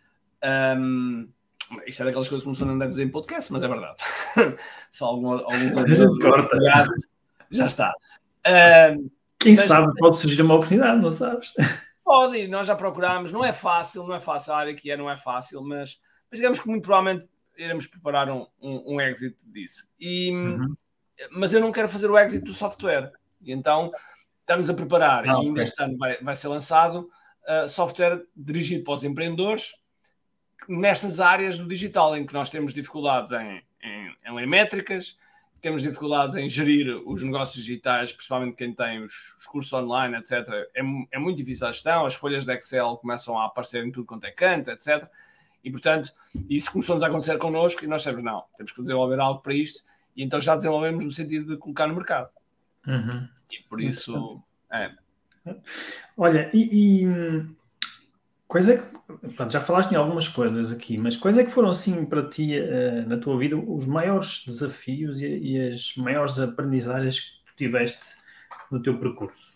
Um, isto é daquelas coisas que uma pessoa não deve dizer em podcast, mas é verdade. Se algum, algum
corta.
Já está. Um,
Quem mas, sabe, pode surgir uma oportunidade, não sabes?
Pode, e nós já procurámos. Não é fácil, não é fácil. A área que é não é fácil, mas, mas digamos que muito provavelmente iremos preparar um, um, um exit disso. E, uhum. Mas eu não quero fazer o exit do software. E então estamos a preparar, ah, e ainda okay. este ano vai, vai ser lançado, uh, software dirigido para os empreendedores nestas áreas do digital, em que nós temos dificuldades em, em, em ler métricas, temos dificuldades em gerir os negócios digitais, principalmente quem tem os, os cursos online, etcétera. É, é muito difícil a gestão, as folhas de Excel começam a aparecer em tudo quanto é canto, etcétera. E, portanto, isso começou-nos a acontecer connosco e nós sabemos, não, temos que desenvolver algo para isto, e então já desenvolvemos no sentido de colocar no mercado.
Uhum.
E por isso, é.
Olha, e, e coisa que, pronto, já falaste em algumas coisas aqui, mas quais é que foram, assim, para ti, uh, na tua vida, os maiores desafios e, e as maiores aprendizagens que tu tiveste no teu percurso?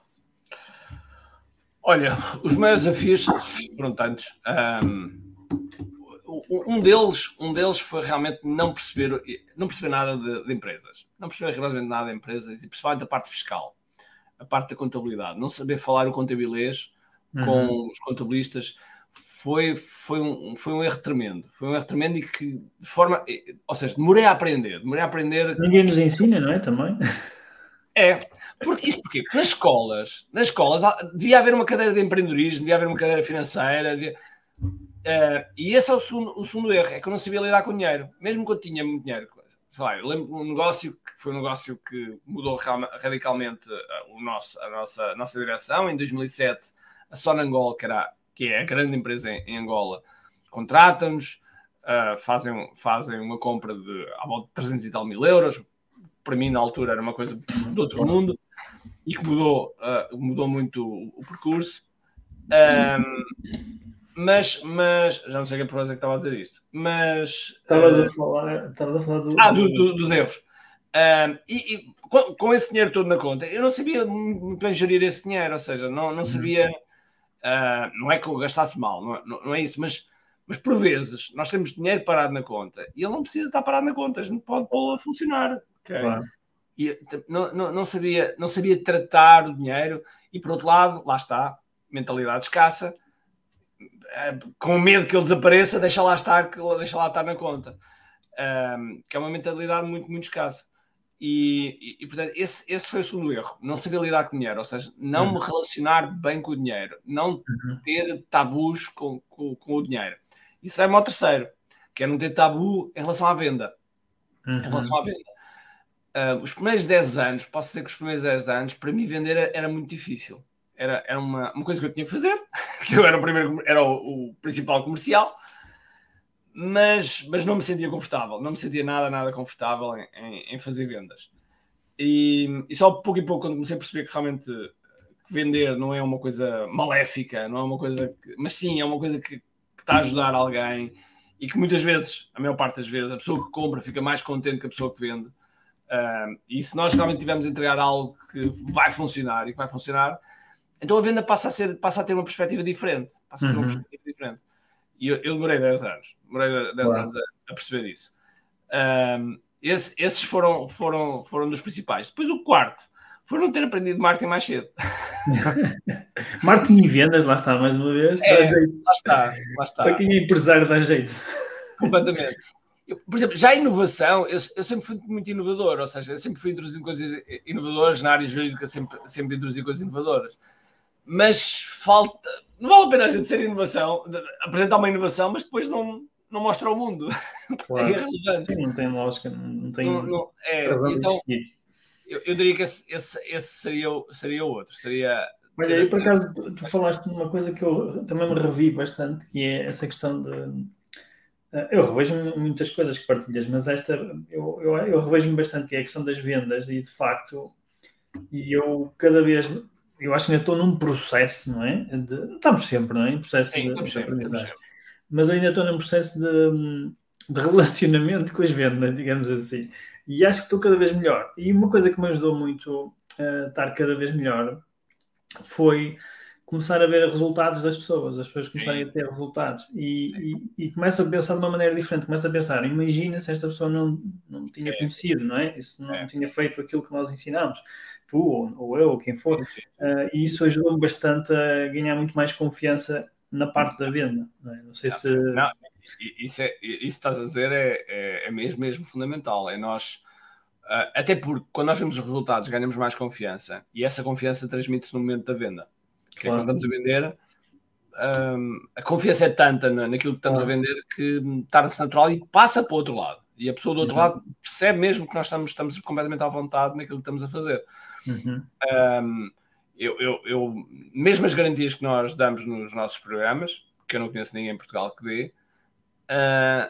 Olha, os maiores desafios foram tantos. Um, Um deles, um deles foi realmente não perceber, não perceber nada de, de empresas. Não perceber realmente nada de empresas, e principalmente a parte fiscal, a parte da contabilidade. Não saber falar o contabilês uhum. com os contabilistas foi, foi, um, foi um erro tremendo. Foi um erro tremendo e que, de forma... Ou seja, demorei a aprender. Demorei a aprender...
Ninguém nos ensina, não é? Também.
É. Porque, isso porque nas escolas, nas escolas devia haver uma cadeira de empreendedorismo, devia haver uma cadeira financeira... Devia... Uh, e esse é o segundo, o segundo erro, é que eu não sabia lidar com dinheiro, mesmo que eu tinha muito dinheiro. Sei lá, eu lembro de um negócio que foi um negócio que mudou radicalmente o nosso, a, nossa, a nossa direção. Em dois mil e sete, a Sonangol, que, era, que é a grande empresa em, em Angola, contrata-nos, uh, fazem, fazem uma compra de à volta de trezentos e tal mil euros. Para mim, na altura, era uma coisa de outro mundo. e que mudou, uh, mudou muito o, o percurso. Um, mas, mas já não sei que por é que estava a dizer isto, mas
estavas uh, a falar, estavas a falar do,
ah, do, do, dos erros. Um, e, e com, com esse dinheiro todo na conta, eu não sabia muito bem gerir esse dinheiro, ou seja, não, não sabia, uh, não é que eu gastasse mal, não é, não, não é isso, mas, mas por vezes nós temos dinheiro parado na conta e ele não precisa estar parado na conta, a gente pode pô-lo a funcionar. Okay?
Claro.
E não, não, não, sabia, não sabia tratar o dinheiro e, por outro lado, lá está, mentalidade escassa, com medo que ele desapareça, deixa lá estar, que deixa lá estar na conta, um, que é uma mentalidade muito, muito escassa. E, e, e portanto, esse, esse foi o segundo erro, não saber lidar com o dinheiro, ou seja, não uhum. me relacionar bem com o dinheiro, não uhum. ter tabus com, com, com o dinheiro. Isso é-me ao terceiro, que é não ter tabu em relação à venda. Uhum. Em relação à venda. Uh, os primeiros dez anos, posso dizer que os primeiros dez anos, para mim vender era, era muito difícil. Era, era uma, uma coisa que eu tinha que fazer, que eu era o primeiro, era o, o principal comercial, mas, mas não me sentia confortável, não me sentia nada, nada confortável em, em, em fazer vendas. E, e só pouco e pouco, quando comecei a perceber que realmente que vender não é uma coisa maléfica, não é uma coisa que, mas sim, é uma coisa que, que está a ajudar alguém e que muitas vezes, a maior parte das vezes, a pessoa que compra fica mais contente que a pessoa que vende. Uh, e se nós realmente tivermos a entregar algo que vai funcionar e que vai funcionar, então a venda passa a, ser, passa a ter uma perspectiva diferente. Passa a ter uhum. uma perspectiva diferente. E eu, eu demorei dez anos. Demorei dez anos a, a perceber isso. Um, esse, esses foram, foram, foram dos principais. Depois o quarto foi não ter aprendido marketing mais cedo.
Marketing e vendas, lá está, mais uma vez.
É, lá está, lá está.
Para quem é empresário dá jeito.
Completamente. Eu, por exemplo, já a inovação, eu, eu sempre fui muito inovador, ou seja, eu sempre fui introduzindo coisas inovadoras, na área jurídica sempre, sempre introduzi coisas inovadoras. Mas falta, não vale a pena a gente ser inovação, apresentar uma inovação, mas depois não, não mostra ao mundo.
Claro. É irrelevante. Sim, não tem lógica, não tem.
Não, não, é, então, eu, eu diria que esse, esse, esse seria, seria outro. Seria.
Olha, aí por acaso tu, tu falaste de uma coisa que eu também me revi bastante, que é essa questão de. Eu revejo muitas coisas que partilhas, mas esta eu, eu, eu revejo-me bastante, que é a questão das vendas, e de facto, e eu cada vez. Eu acho que ainda estou num processo, não é? De, estamos sempre, não é? Em processo
Sim,
de,
estamos sempre,
de
estamos sempre.
Mas eu ainda estou num processo de, de relacionamento com as vendas, digamos assim. E acho que estou cada vez melhor. E uma coisa que me ajudou muito a estar cada vez melhor foi começar a ver resultados das pessoas. As pessoas começarem Sim. a ter resultados. E, e, e começo a pensar de uma maneira diferente. Começo a pensar, imagina se esta pessoa não, não tinha é. conhecido, não é? E se não é. tinha feito aquilo que nós ensinamos. Tu, ou, ou eu, ou quem for, sim, sim. Uh, e isso ajudou-me bastante a ganhar muito mais confiança na parte da venda. Não, é? não sei não, se...
Não, isso, é, isso que estás a dizer é, é, é mesmo, mesmo fundamental. É nós, uh, até porque quando nós vemos os resultados ganhamos mais confiança e essa confiança transmite-se no momento da venda. Porque claro. Quando estamos a vender, um, a confiança é tanta na, naquilo que estamos claro. a vender que torna-se natural e passa para o outro lado. E a pessoa do outro uhum. lado percebe mesmo que nós estamos, estamos completamente à vontade naquilo que estamos a fazer. Uhum. Um, eu, eu, eu, mesmo as garantias que nós damos nos nossos programas, que eu não conheço ninguém em Portugal que dê, uh,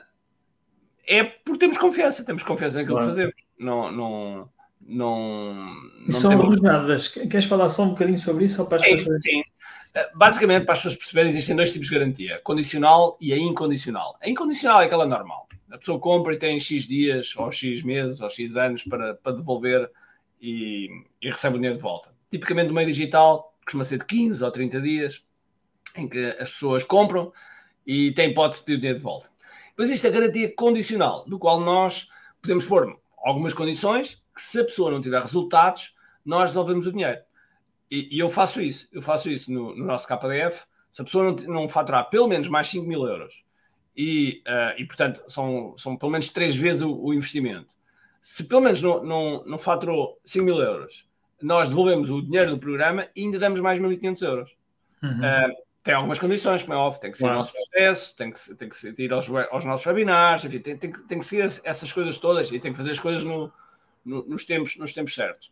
é porque temos confiança, temos confiança naquilo claro. que fazemos. Não, não, não,
não são temos... rodadas. Queres falar só um bocadinho sobre isso? Ou para as
sim,
pessoas...
sim. Uh, basicamente, para as pessoas perceberem, existem dois tipos de garantia: condicional e a incondicional. A incondicional é aquela normal. A pessoa compra e tem X dias, ou X meses, ou X anos para, para devolver e, e recebe o dinheiro de volta. Tipicamente no meio digital costuma ser de quinze ou trinta dias em que as pessoas compram e têm hipótese de pedir o dinheiro de volta. Depois existe a garantia condicional, do qual nós podemos pôr algumas condições que, se a pessoa não tiver resultados, nós devolvemos o dinheiro. E, e eu faço isso. Eu faço isso no, no nosso K D F. Se a pessoa não, não faturar pelo menos mais cinco mil euros e, uh, e portanto, são, são pelo menos três vezes o, o investimento. Se pelo menos não, não, não faturou cinco mil euros, nós devolvemos o dinheiro do programa e ainda damos mais mil e quinhentos euros. Uhum. Uh, tem algumas condições, como é óbvio, tem que ser claro. o nosso processo, tem que, tem que ir aos, aos nossos webinars, enfim, tem, tem, tem que seguir essas coisas todas e tem que fazer as coisas no, no, nos, tempos, nos tempos certos.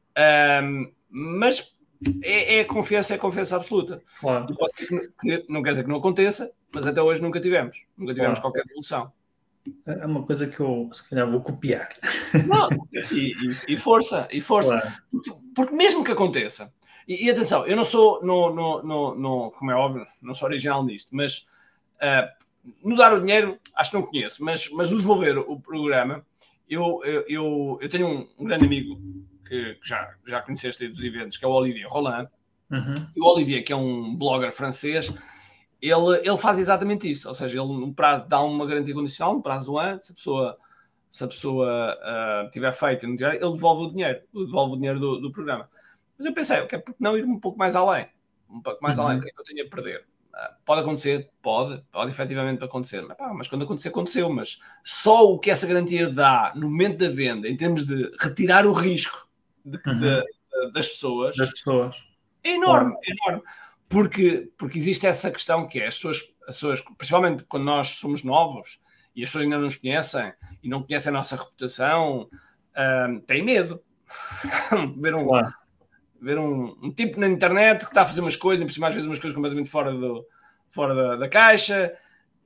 Um, mas é, é confiança, é confiança absoluta.
Claro.
Eu posso dizer que não quer dizer que não aconteça, mas até hoje nunca tivemos. Nunca tivemos claro. qualquer devolução.
É uma coisa que eu, se calhar, vou copiar.
Não, e, e, e força, e força. Claro. Porque, porque mesmo que aconteça, e, e atenção, eu não sou, no, no, no, no, como é óbvio, não sou original nisto, mas uh, no dar o dinheiro, acho que não conheço, mas, mas no devolver o programa, eu, eu, eu, eu tenho um, um grande amigo que, que já, já conheceste aí dos eventos, que é o Olivier Roland. Uhum. E o Olivier, que é um blogger francês, ele, ele faz exatamente isso, ou seja, ele no prazo dá uma garantia condicional, no prazo do ano, se a pessoa, se a pessoa uh, tiver feito, ele devolve o dinheiro, devolve o dinheiro do, do programa. Mas eu pensei, ok, porque não ir um pouco mais além? Um pouco mais uhum. além, o que é que eu tenho a perder? Uh, pode acontecer? Pode, pode efetivamente acontecer, mas, pá, mas quando acontecer, aconteceu, mas só o que essa garantia dá no momento da venda, em termos de retirar o risco de, uhum. de, de, das pessoas,
das pessoas.
É enorme, claro. é enorme. Porque, porque existe essa questão que é as pessoas, as pessoas, principalmente quando nós somos novos e as pessoas ainda não nos conhecem e não conhecem a nossa reputação, um, têm medo. ver um, claro. ver um, um tipo na internet que está a fazer umas coisas, por cima às vezes umas coisas completamente fora, do, fora da, da caixa.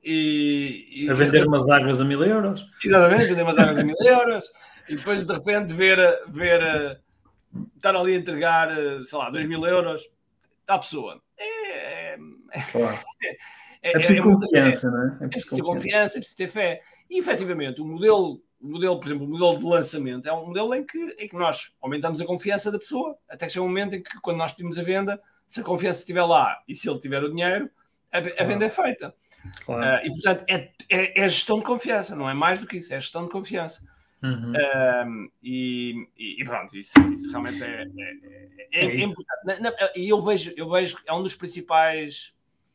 E,
e, a vender e, umas águas a mil euros.
Exatamente, vender umas águas a mil euros. E depois de repente ver... ver estar ali a entregar, sei lá, dois mil euros à pessoa. É, é,
claro. é, é preciso é, confiança,
é,
não é?
É preciso, é preciso ter confiança, é preciso ter fé. E, efetivamente, o modelo, o modelo, por exemplo, o modelo de lançamento é um modelo em que, em que nós aumentamos a confiança da pessoa, até que chega um momento em que, quando nós pedimos a venda, se a confiança estiver lá e se ele tiver o dinheiro, a, a claro. venda é feita. Claro. Uh, e, portanto, é, é, é gestão de confiança, não é mais do que isso, é gestão de confiança. Uhum. Um, e, e pronto, isso, isso realmente é, é, é, é importante. E eu vejo, eu vejo que é um dos principais,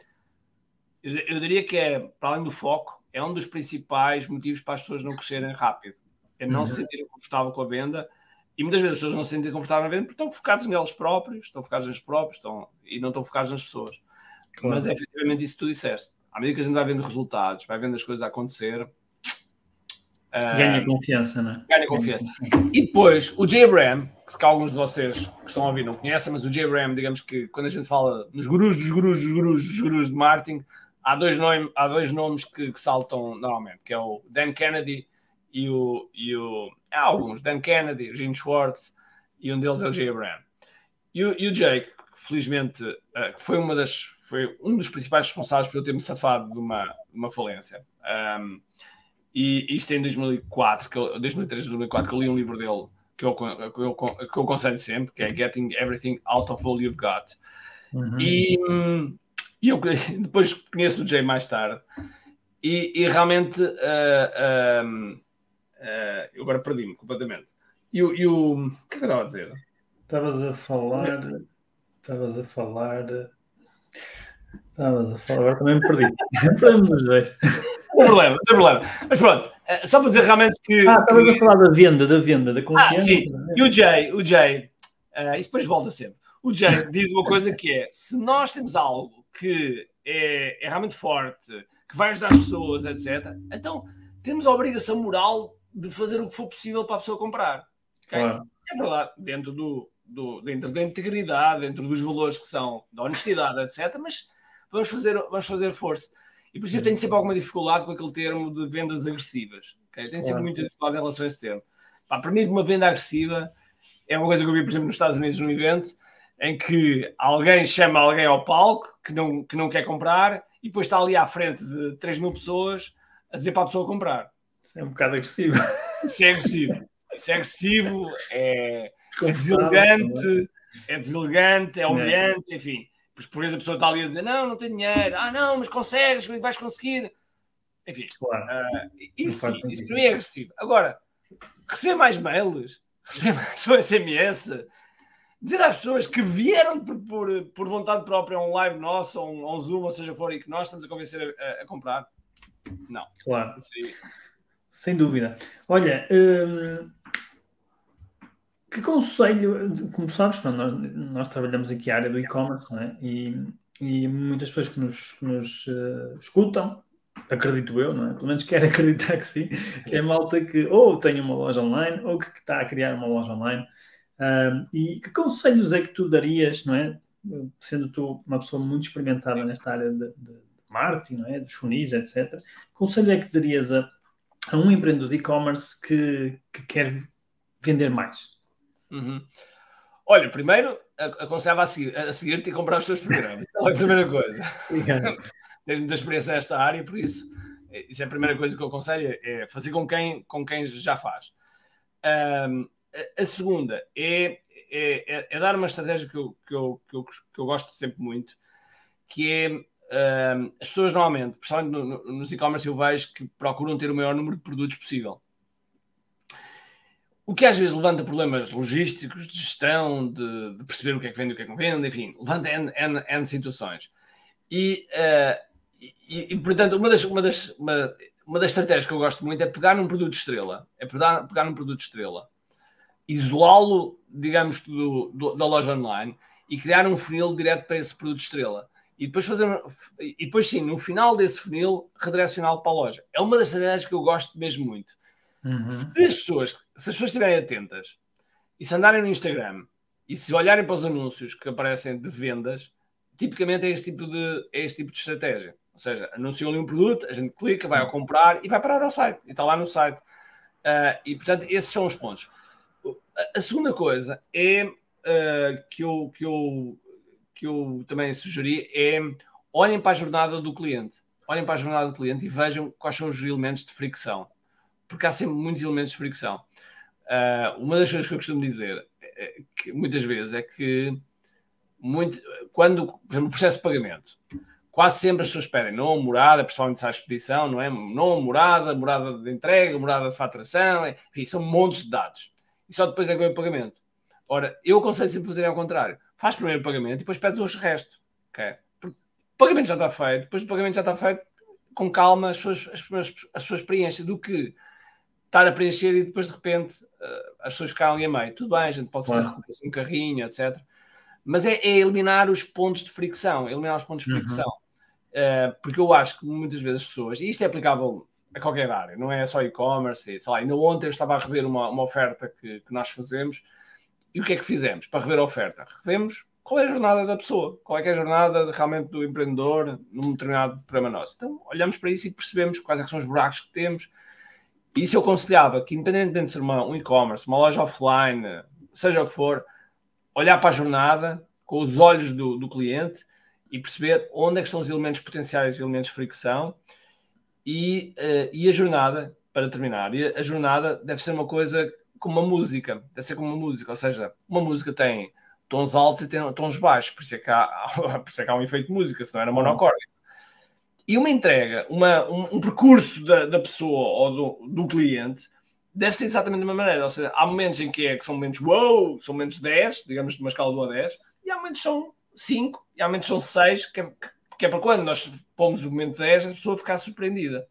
eu, eu diria que é, para além do foco, é um dos principais motivos para as pessoas não crescerem rápido. É não uhum. se sentirem confortável com a venda. E muitas vezes as pessoas não se sentem confortáveis na venda porque estão focados neles próprios, estão focados neles próprios estão, e não estão focados nas pessoas. Claro. Mas é efetivamente isso que tu disseste. À medida que a gente vai vendo resultados, vai vendo as coisas a acontecer,
ganha uh, confiança, não é?
Ganha confiança. E depois, o Jay Abraham, que alguns de vocês que estão a ouvir não conhecem, mas o Jay Abraham, digamos que quando a gente fala nos gurus dos gurus dos gurus dos gurus de marketing, há dois, nome, há dois nomes que, que saltam normalmente, que é o Dan Kennedy e o... E o há alguns, Dan Kennedy, o Gene Schwartz, e um deles é o Jay Abraham. E o, e o Jay, que felizmente uh, foi, uma das, foi um dos principais responsáveis por eu ter-me safado de uma, de uma falência. Um, E isto em dois mil e quatro, que eu, dois mil e três, dois mil e quatro, que eu li um livro dele que eu, que eu, que eu aconselho sempre, que é Getting Everything Out of All You've Got. Uhum. E, e eu depois conheço o Jay mais tarde. E, e realmente uh, uh, uh, eu agora perdi-me completamente. E o, e o, o que é que eu estava a dizer?
Estavas a falar... Estavas a falar... Estavas a falar... Agora também me perdi. Perdemos os dois.
Não tem problema, não tem problema. Mas pronto, só para dizer realmente que...
Ah, estavas que... a falar da venda, da venda, da confiança.
Ah, sim. E o Jay, o Jay, uh, isso depois volta sempre. O Jay diz uma coisa que é, se nós temos algo que é, é realmente forte, que vai ajudar as pessoas, etcétera, então temos a obrigação moral de fazer o que for possível para a pessoa comprar. Okay? Claro. É verdade, dentro, do, do, dentro da integridade, dentro dos valores que são da honestidade, etcétera, mas vamos fazer, vamos fazer força. E por isso eu tenho sempre alguma dificuldade com aquele termo de vendas agressivas. Okay? Tenho sempre muita dificuldade em relação a esse termo. Pá, para mim, uma venda agressiva é uma coisa que eu vi, por exemplo, nos Estados Unidos, num evento, em que alguém chama alguém ao palco que não, que não quer comprar e depois está ali à frente de três mil pessoas a dizer para a pessoa comprar.
Isso é um bocado agressivo.
Isso é agressivo. Isso é agressivo, é, é deselegante, é deselegante, é humilhante, enfim. Por exemplo, a pessoa está ali a dizer, não, não tenho dinheiro. Ah, não, mas consegues, vais conseguir. Enfim, claro. uh, isso sim, isso para mim é agressivo. Agora, receber mais mails, receber mais S M S, dizer às pessoas que vieram por, por, por vontade própria a um live nosso, ou um, um Zoom, ou seja, for, e que nós estamos a convencer a, a comprar. Não.
Claro. Sem dúvida. Olha... Hum... Que conselho, como sabes, nós, nós trabalhamos aqui a área do e-commerce, não é? E, e muitas pessoas que nos, que nos uh, escutam, acredito eu, não é? Pelo menos quero acreditar que sim, que é malta que ou tem uma loja online ou que está a criar uma loja online. Uh, e que conselhos é que tu darias, não é? Sendo tu uma pessoa muito experimentada nesta área de, de marketing, não é? Dos funis, etcétera. Que conselho é que darias a, a um empreendedor de e-commerce que, que quer vender mais?
Uhum. Olha, primeiro, aconselhava a, seguir, a seguir-te e comprar os teus programas. É a primeira coisa. Tens muita experiência nesta área, por isso, isso é a primeira coisa que eu aconselho, é fazer com quem, com quem já faz. Um, a, a segunda é, é, é dar uma estratégia que eu, que, eu, que, eu, que eu gosto sempre muito, que é, um, as pessoas normalmente, principalmente no, no, nos e-commerce, eu vejo que procuram ter o maior número de produtos possível. O que às vezes levanta problemas logísticos, de gestão, de, de perceber o que é que vende e o que é que não vende, enfim, levanta N, N, N situações. E, uh, e, e, portanto, uma das, uma, das, uma, uma das estratégias que eu gosto muito é pegar num produto estrela, é pegar, pegar num produto estrela, isolá-lo, digamos, do, do, da loja online e criar um funil direto para esse produto estrela. E depois, fazer, e depois sim, no final desse funil, redirecioná-lo para a loja. É uma das estratégias que eu gosto mesmo muito. Uhum. Se, as pessoas, se as pessoas estiverem atentas e se andarem no Instagram e se olharem para os anúncios que aparecem de vendas, tipicamente é este tipo de, é este tipo de estratégia. Ou seja, anunciam ali um produto, a gente clica, vai a comprar e vai parar ao site. E está lá no site. Uh, e, portanto, esses são os pontos. A, a segunda coisa é uh, que, eu, que, eu, que eu também sugeri é olhem para a jornada do cliente. Olhem para a jornada do cliente e vejam quais são os elementos de fricção. Porque há sempre muitos elementos de fricção. Uh, uma das coisas que eu costumo dizer, é, que muitas vezes, é que muito, quando, por exemplo, o processo de pagamento, quase sempre as pessoas pedem não morada, principalmente se há expedição, não é? Não morada, morada de entrega, morada de faturação, enfim, são montes de dados. E só depois é que vem o pagamento. Ora, eu aconselho sempre fazer ao contrário. Faz primeiro o pagamento e depois pedes o resto. Okay? Porque o pagamento já está feito, depois o pagamento já está feito, com calma, as suas, as, suas, as suas experiências, do que estar a preencher e depois de repente as pessoas ficaram ali a meio. Tudo bem, a gente pode fazer claro. Recuperação de um carrinho, etcétera. Mas é, é eliminar os pontos de fricção, eliminar os pontos de fricção. Uhum. Uh, porque eu acho que muitas vezes as pessoas, e isto é aplicável a qualquer área, não é só e-commerce, sei lá, ainda ontem eu estava a rever uma, uma oferta que, que nós fazemos, e o que é que fizemos para rever a oferta? Revemos qual é a jornada da pessoa, qual é que é a jornada de, realmente do empreendedor num determinado programa nosso. Então olhamos para isso e percebemos quais é que são os buracos que temos. E isso eu aconselhava que, independentemente de ser uma, um e-commerce, uma loja offline, seja o que for, olhar para a jornada com os olhos do, do cliente e perceber onde é que estão os elementos potenciais e elementos de fricção e, uh, e a jornada, para terminar, e a, a jornada deve ser uma coisa como uma música, deve ser como uma música, ou seja, uma música tem tons altos e tem tons baixos, por isso é que há, por isso é que há um efeito de música, senão era monocórdico. E uma entrega, uma, um, um percurso da, da pessoa ou do, do cliente deve ser exatamente da mesma maneira. Ou seja, há momentos em que, é, que são momentos wow, são momentos dez, digamos de uma escala de um a dez, e há momentos que são cinco, e há momentos que são seis, que é, que é para quando nós pomos o momento dez, a pessoa ficar surpreendida.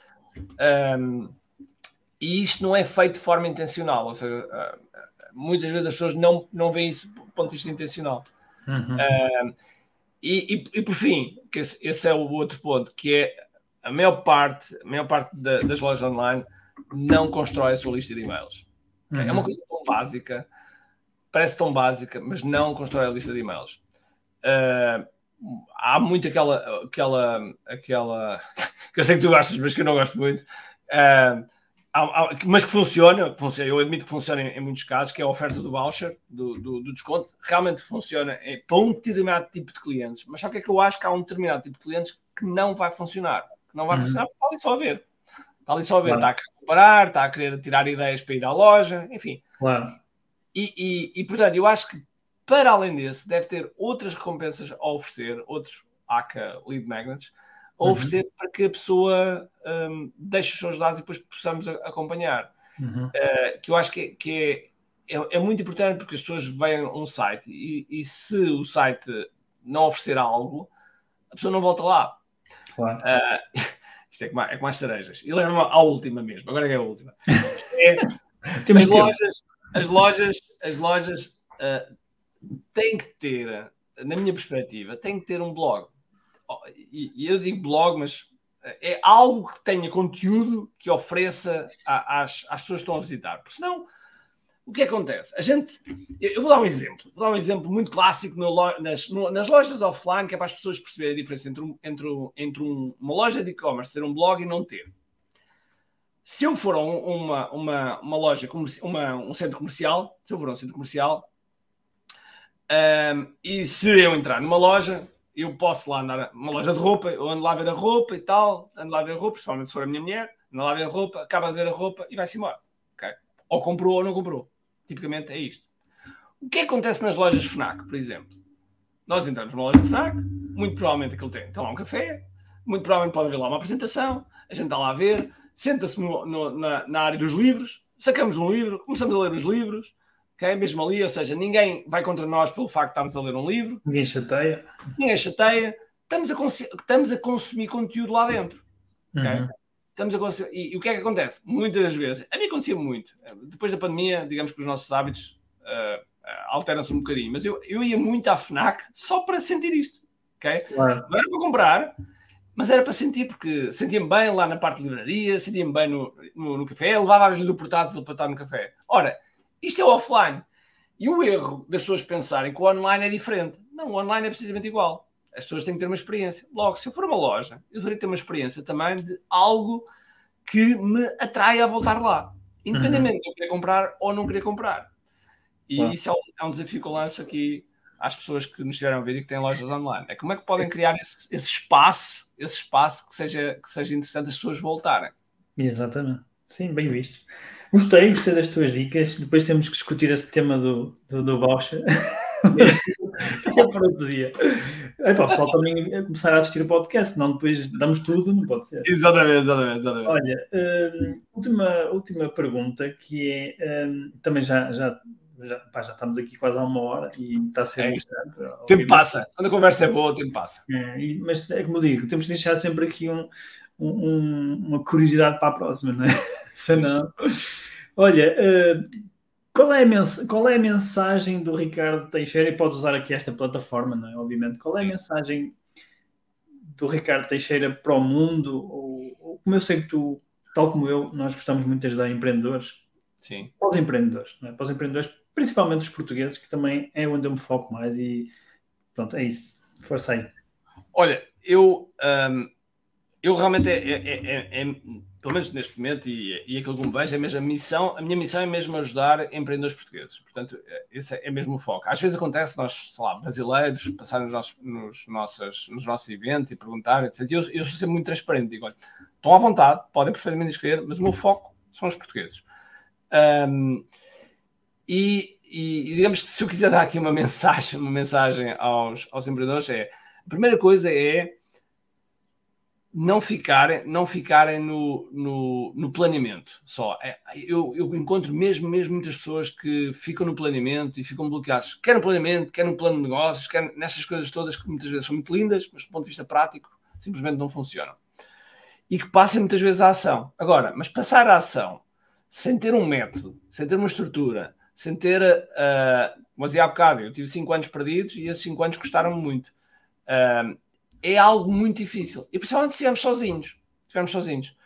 Um, e isto não é feito de forma intencional. Ou seja, uh, muitas vezes as pessoas não, não veem isso do ponto de vista intencional. Uhum. Um, E, e, e por fim, que esse, esse é o outro ponto, que é a maior parte, a maior parte da, das lojas online não constrói a sua lista de e-mails. Uhum. É uma coisa tão básica, parece tão básica, mas não constrói a lista de e-mails. Uh, há muito aquela, aquela, aquela que eu sei que tu gostas, mas que eu não gosto muito, uh, há, há, mas que funciona, que funciona, eu admito que funciona em, em muitos casos, que é a oferta do voucher, do, do, do desconto, realmente funciona é, para um determinado tipo de clientes, mas só que é que eu acho que há um determinado tipo de clientes que não vai funcionar, que não vai uhum. funcionar porque está ali só a ver, está ali só a ver, claro. Está a querer comparar, está a querer tirar ideias para ir à loja, enfim.
Claro.
E, e, e portanto, eu acho que para além desse, deve ter outras recompensas a oferecer, outros A C A Lead Magnets, a oferecer uhum. para que a pessoa um, deixe os seus dados e depois possamos a, acompanhar. Uhum. Uh, que eu acho que, que é, é, é muito importante porque as pessoas veem um site e, e se o site não oferecer algo, a pessoa não volta lá.
Claro.
Uh, isto é como, é como as cerejas. E leva-me à última mesmo, agora é a última. É, as, lojas, as lojas, as lojas uh, têm que ter, na minha perspectiva, têm que ter um blog. E eu digo blog, mas é algo que tenha conteúdo que ofereça às, às pessoas que estão a visitar. Porque senão, o que acontece? A gente, eu vou dar um exemplo, vou dar um exemplo muito clássico no, nas, no, nas lojas offline, que é para as pessoas perceberem a diferença entre, um, entre, um, entre um, uma loja de e-commerce, ter um blog e não ter. Se eu for a um, uma, uma, uma loja, uma, um centro comercial, se eu for a um centro comercial, Um, e se eu entrar numa loja, eu posso lá andar numa loja de roupa, eu ando lá a ver a roupa e tal, ando lá a ver a roupa, principalmente se for a minha mulher, ando lá a ver a roupa, acaba de ver a roupa e vai-se embora. Okay? Ou comprou ou não comprou. Tipicamente é isto. O que acontece nas lojas FNAC, por exemplo? Nós entramos numa loja FNAC, muito provavelmente aquilo tem, tem lá um café, muito provavelmente pode haver lá uma apresentação, a gente está lá a ver, senta-se no, no, na, na área dos livros, sacamos um livro, começamos a ler os livros, okay? Mesmo ali, ou seja, ninguém vai contra nós pelo facto de estarmos a ler um livro.
Ninguém chateia.
Ninguém chateia. Estamos a, cons- estamos a consumir conteúdo lá dentro. Okay?
Uhum.
Estamos a consumir. E, e o que é que acontece? Muitas vezes, a mim acontecia muito. Depois da pandemia, digamos que os nossos hábitos uh, uh, alteram-se um bocadinho. Mas eu, eu ia muito à FNAC só para sentir isto. Okay?
Claro.
Não era para comprar, mas era para sentir, porque sentia-me bem lá na parte de livraria, sentia-me bem no, no, no café, levava às vezes o portátil para estar no café. Ora, isto é offline. E o erro das pessoas pensarem que o online é diferente. Não, o online é precisamente igual. As pessoas têm que ter uma experiência. Logo, se eu for a uma loja, eu deveria ter uma experiência também de algo que me atrai a voltar lá. Independentemente uhum. de eu querer comprar ou não querer comprar. E claro. Isso é um, é um desafio que eu lanço aqui às pessoas que nos estiveram a ver e que têm lojas online. É como é que podem criar esse, esse espaço, esse espaço que seja, que seja interessante as pessoas voltarem.
Exatamente. Sim, bem visto. Gostei, gostei das tuas dicas. Depois temos que discutir esse tema do, do, do voucher. Fica para outro dia. É para o pessoal também começar a assistir o podcast, senão depois damos tudo, não pode ser.
Exatamente, exatamente. exatamente.
Olha, um, última, última pergunta, que é, um, também já, já, já, pá, já estamos aqui quase há uma hora e está a ser
é
interessante.
O tempo passa. Quando a conversa é boa, o tempo passa.
É, e, mas é como eu digo, temos de deixar sempre aqui um, um, uma curiosidade para a próxima, não é? Senão... Olha, uh, qual, é a mens- qual é a mensagem do Ricardo Teixeira, e podes usar aqui esta plataforma, não é? Obviamente, qual é a mensagem do Ricardo Teixeira para o mundo? Ou, ou, como eu sei que tu, tal como eu, nós gostamos muito de ajudar empreendedores,
Sim.
Para os empreendedores, não é? Para os empreendedores, principalmente os portugueses, que também é onde eu me foco mais, e pronto, é isso. Força aí.
Olha, eu, um, eu realmente, é, é, é, é, pelo menos neste momento, e, e aquilo que me vejo, é mesmo a missão, a minha missão é mesmo ajudar empreendedores portugueses. Portanto, esse é mesmo o foco. Às vezes acontece nós, sei lá, brasileiros, passarem nos nossos, nos nossos, nos nossos eventos e perguntar, etcétera. E eu, eu sou sempre muito transparente. Digo, olha, estão à vontade, podem perfeitamente escolher, mas o meu foco são os portugueses. Um, e, e, e digamos que se eu quiser dar aqui uma mensagem, uma mensagem aos, aos empreendedores, é, a primeira coisa é não ficarem, não ficarem no, no, no planeamento só. Eu, eu encontro mesmo, mesmo muitas pessoas que ficam no planeamento e ficam bloqueados, quer no planeamento, quer no plano de negócios, quer nessas coisas todas que muitas vezes são muito lindas, mas do ponto de vista prático simplesmente não funcionam. E que passem muitas vezes à ação. Agora, mas passar à ação sem ter um método, sem ter uma estrutura, sem ter, uh, como dizia há bocado, eu tive cinco anos perdidos e esses cinco anos custaram-me muito. Uh, é algo muito difícil. E principalmente se estivermos sozinhos. Se estivermos sozinhos.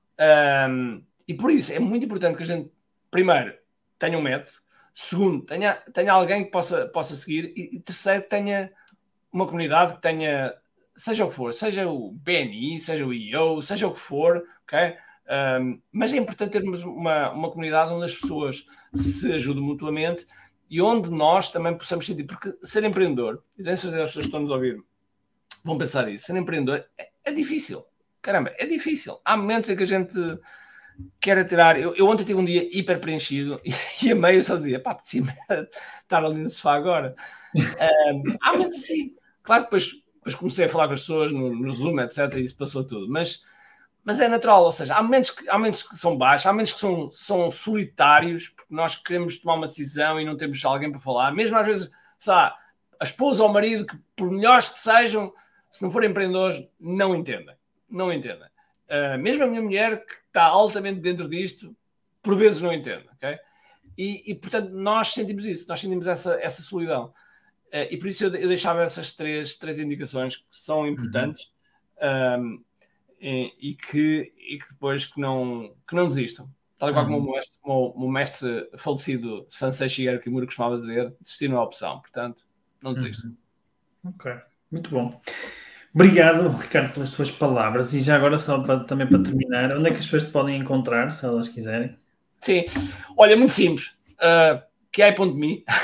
Um, e por isso é muito importante que a gente, primeiro, tenha um método. Segundo, tenha, tenha alguém que possa, possa seguir. E, e terceiro, tenha uma comunidade que tenha, seja o que for, seja o B N I, seja o I O, seja o que for, ok? Um, mas é importante termos uma, uma comunidade onde as pessoas se ajudam mutuamente e onde nós também possamos sentir, porque ser empreendedor, e tenho certeza que as pessoas que estão nos a ouvir vão pensar isso, ser empreendedor é, é difícil, caramba, é difícil. Há momentos em que a gente quer tirar, eu, eu ontem tive um dia hiper preenchido e, e a meio só dizia, pá, precisa estar ali no sofá agora. Um, há momentos assim, claro que depois, depois comecei a falar com as pessoas no, no Zoom, etcétera, e isso passou tudo, mas Mas é natural, ou seja, há momentos que, há momentos que são baixos, há momentos que são, são solitários, porque nós queremos tomar uma decisão e não temos alguém para falar. Mesmo às vezes, sabe, a esposa ou o marido, que por melhores que sejam, se não forem empreendedores, não entendem. Não entendem. Uh, mesmo a minha mulher, que está altamente dentro disto, por vezes não entende. Okay? E, e, portanto, nós sentimos isso, nós sentimos essa, essa solidão. Uh, e por isso eu, eu deixava essas três, três indicações que são importantes. Uhum. Um, E, e, que, e que depois que não, que não desistam. Tal qual como o meu mestre falecido Sansei Shigeru Kimura costumava dizer, desistir não é opção. Portanto, não desistam.
Uhum. Ok, muito bom. Obrigado, Ricardo, pelas tuas palavras. E já agora, só para, também para terminar, onde é que as pessoas te podem encontrar, se elas quiserem?
Sim, olha, muito simples. Uh, que é ponto me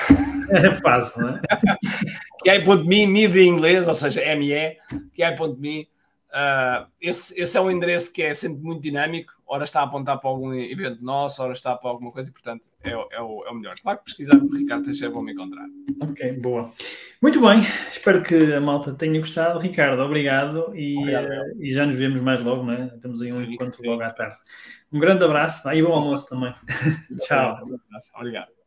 É fácil, não é?
Q I ponto me, me de inglês, ou seja, M E, Q I ponto me. Uh, esse, esse é um endereço que é sempre muito dinâmico, ora está a apontar para algum evento nosso, ora está para alguma coisa, e portanto é, é, o, é o melhor. Claro que pesquisar por Ricardo Teixeira vão me encontrar.
Ok, boa. Muito bem, espero que a malta tenha gostado. Ricardo, obrigado e,
Obrigado,
uh, e já nos vemos mais logo, não é? Temos aí um
sim,
encontro
sim.
logo à tarde. Um grande abraço e bom almoço também. Tchau.
Obrigado.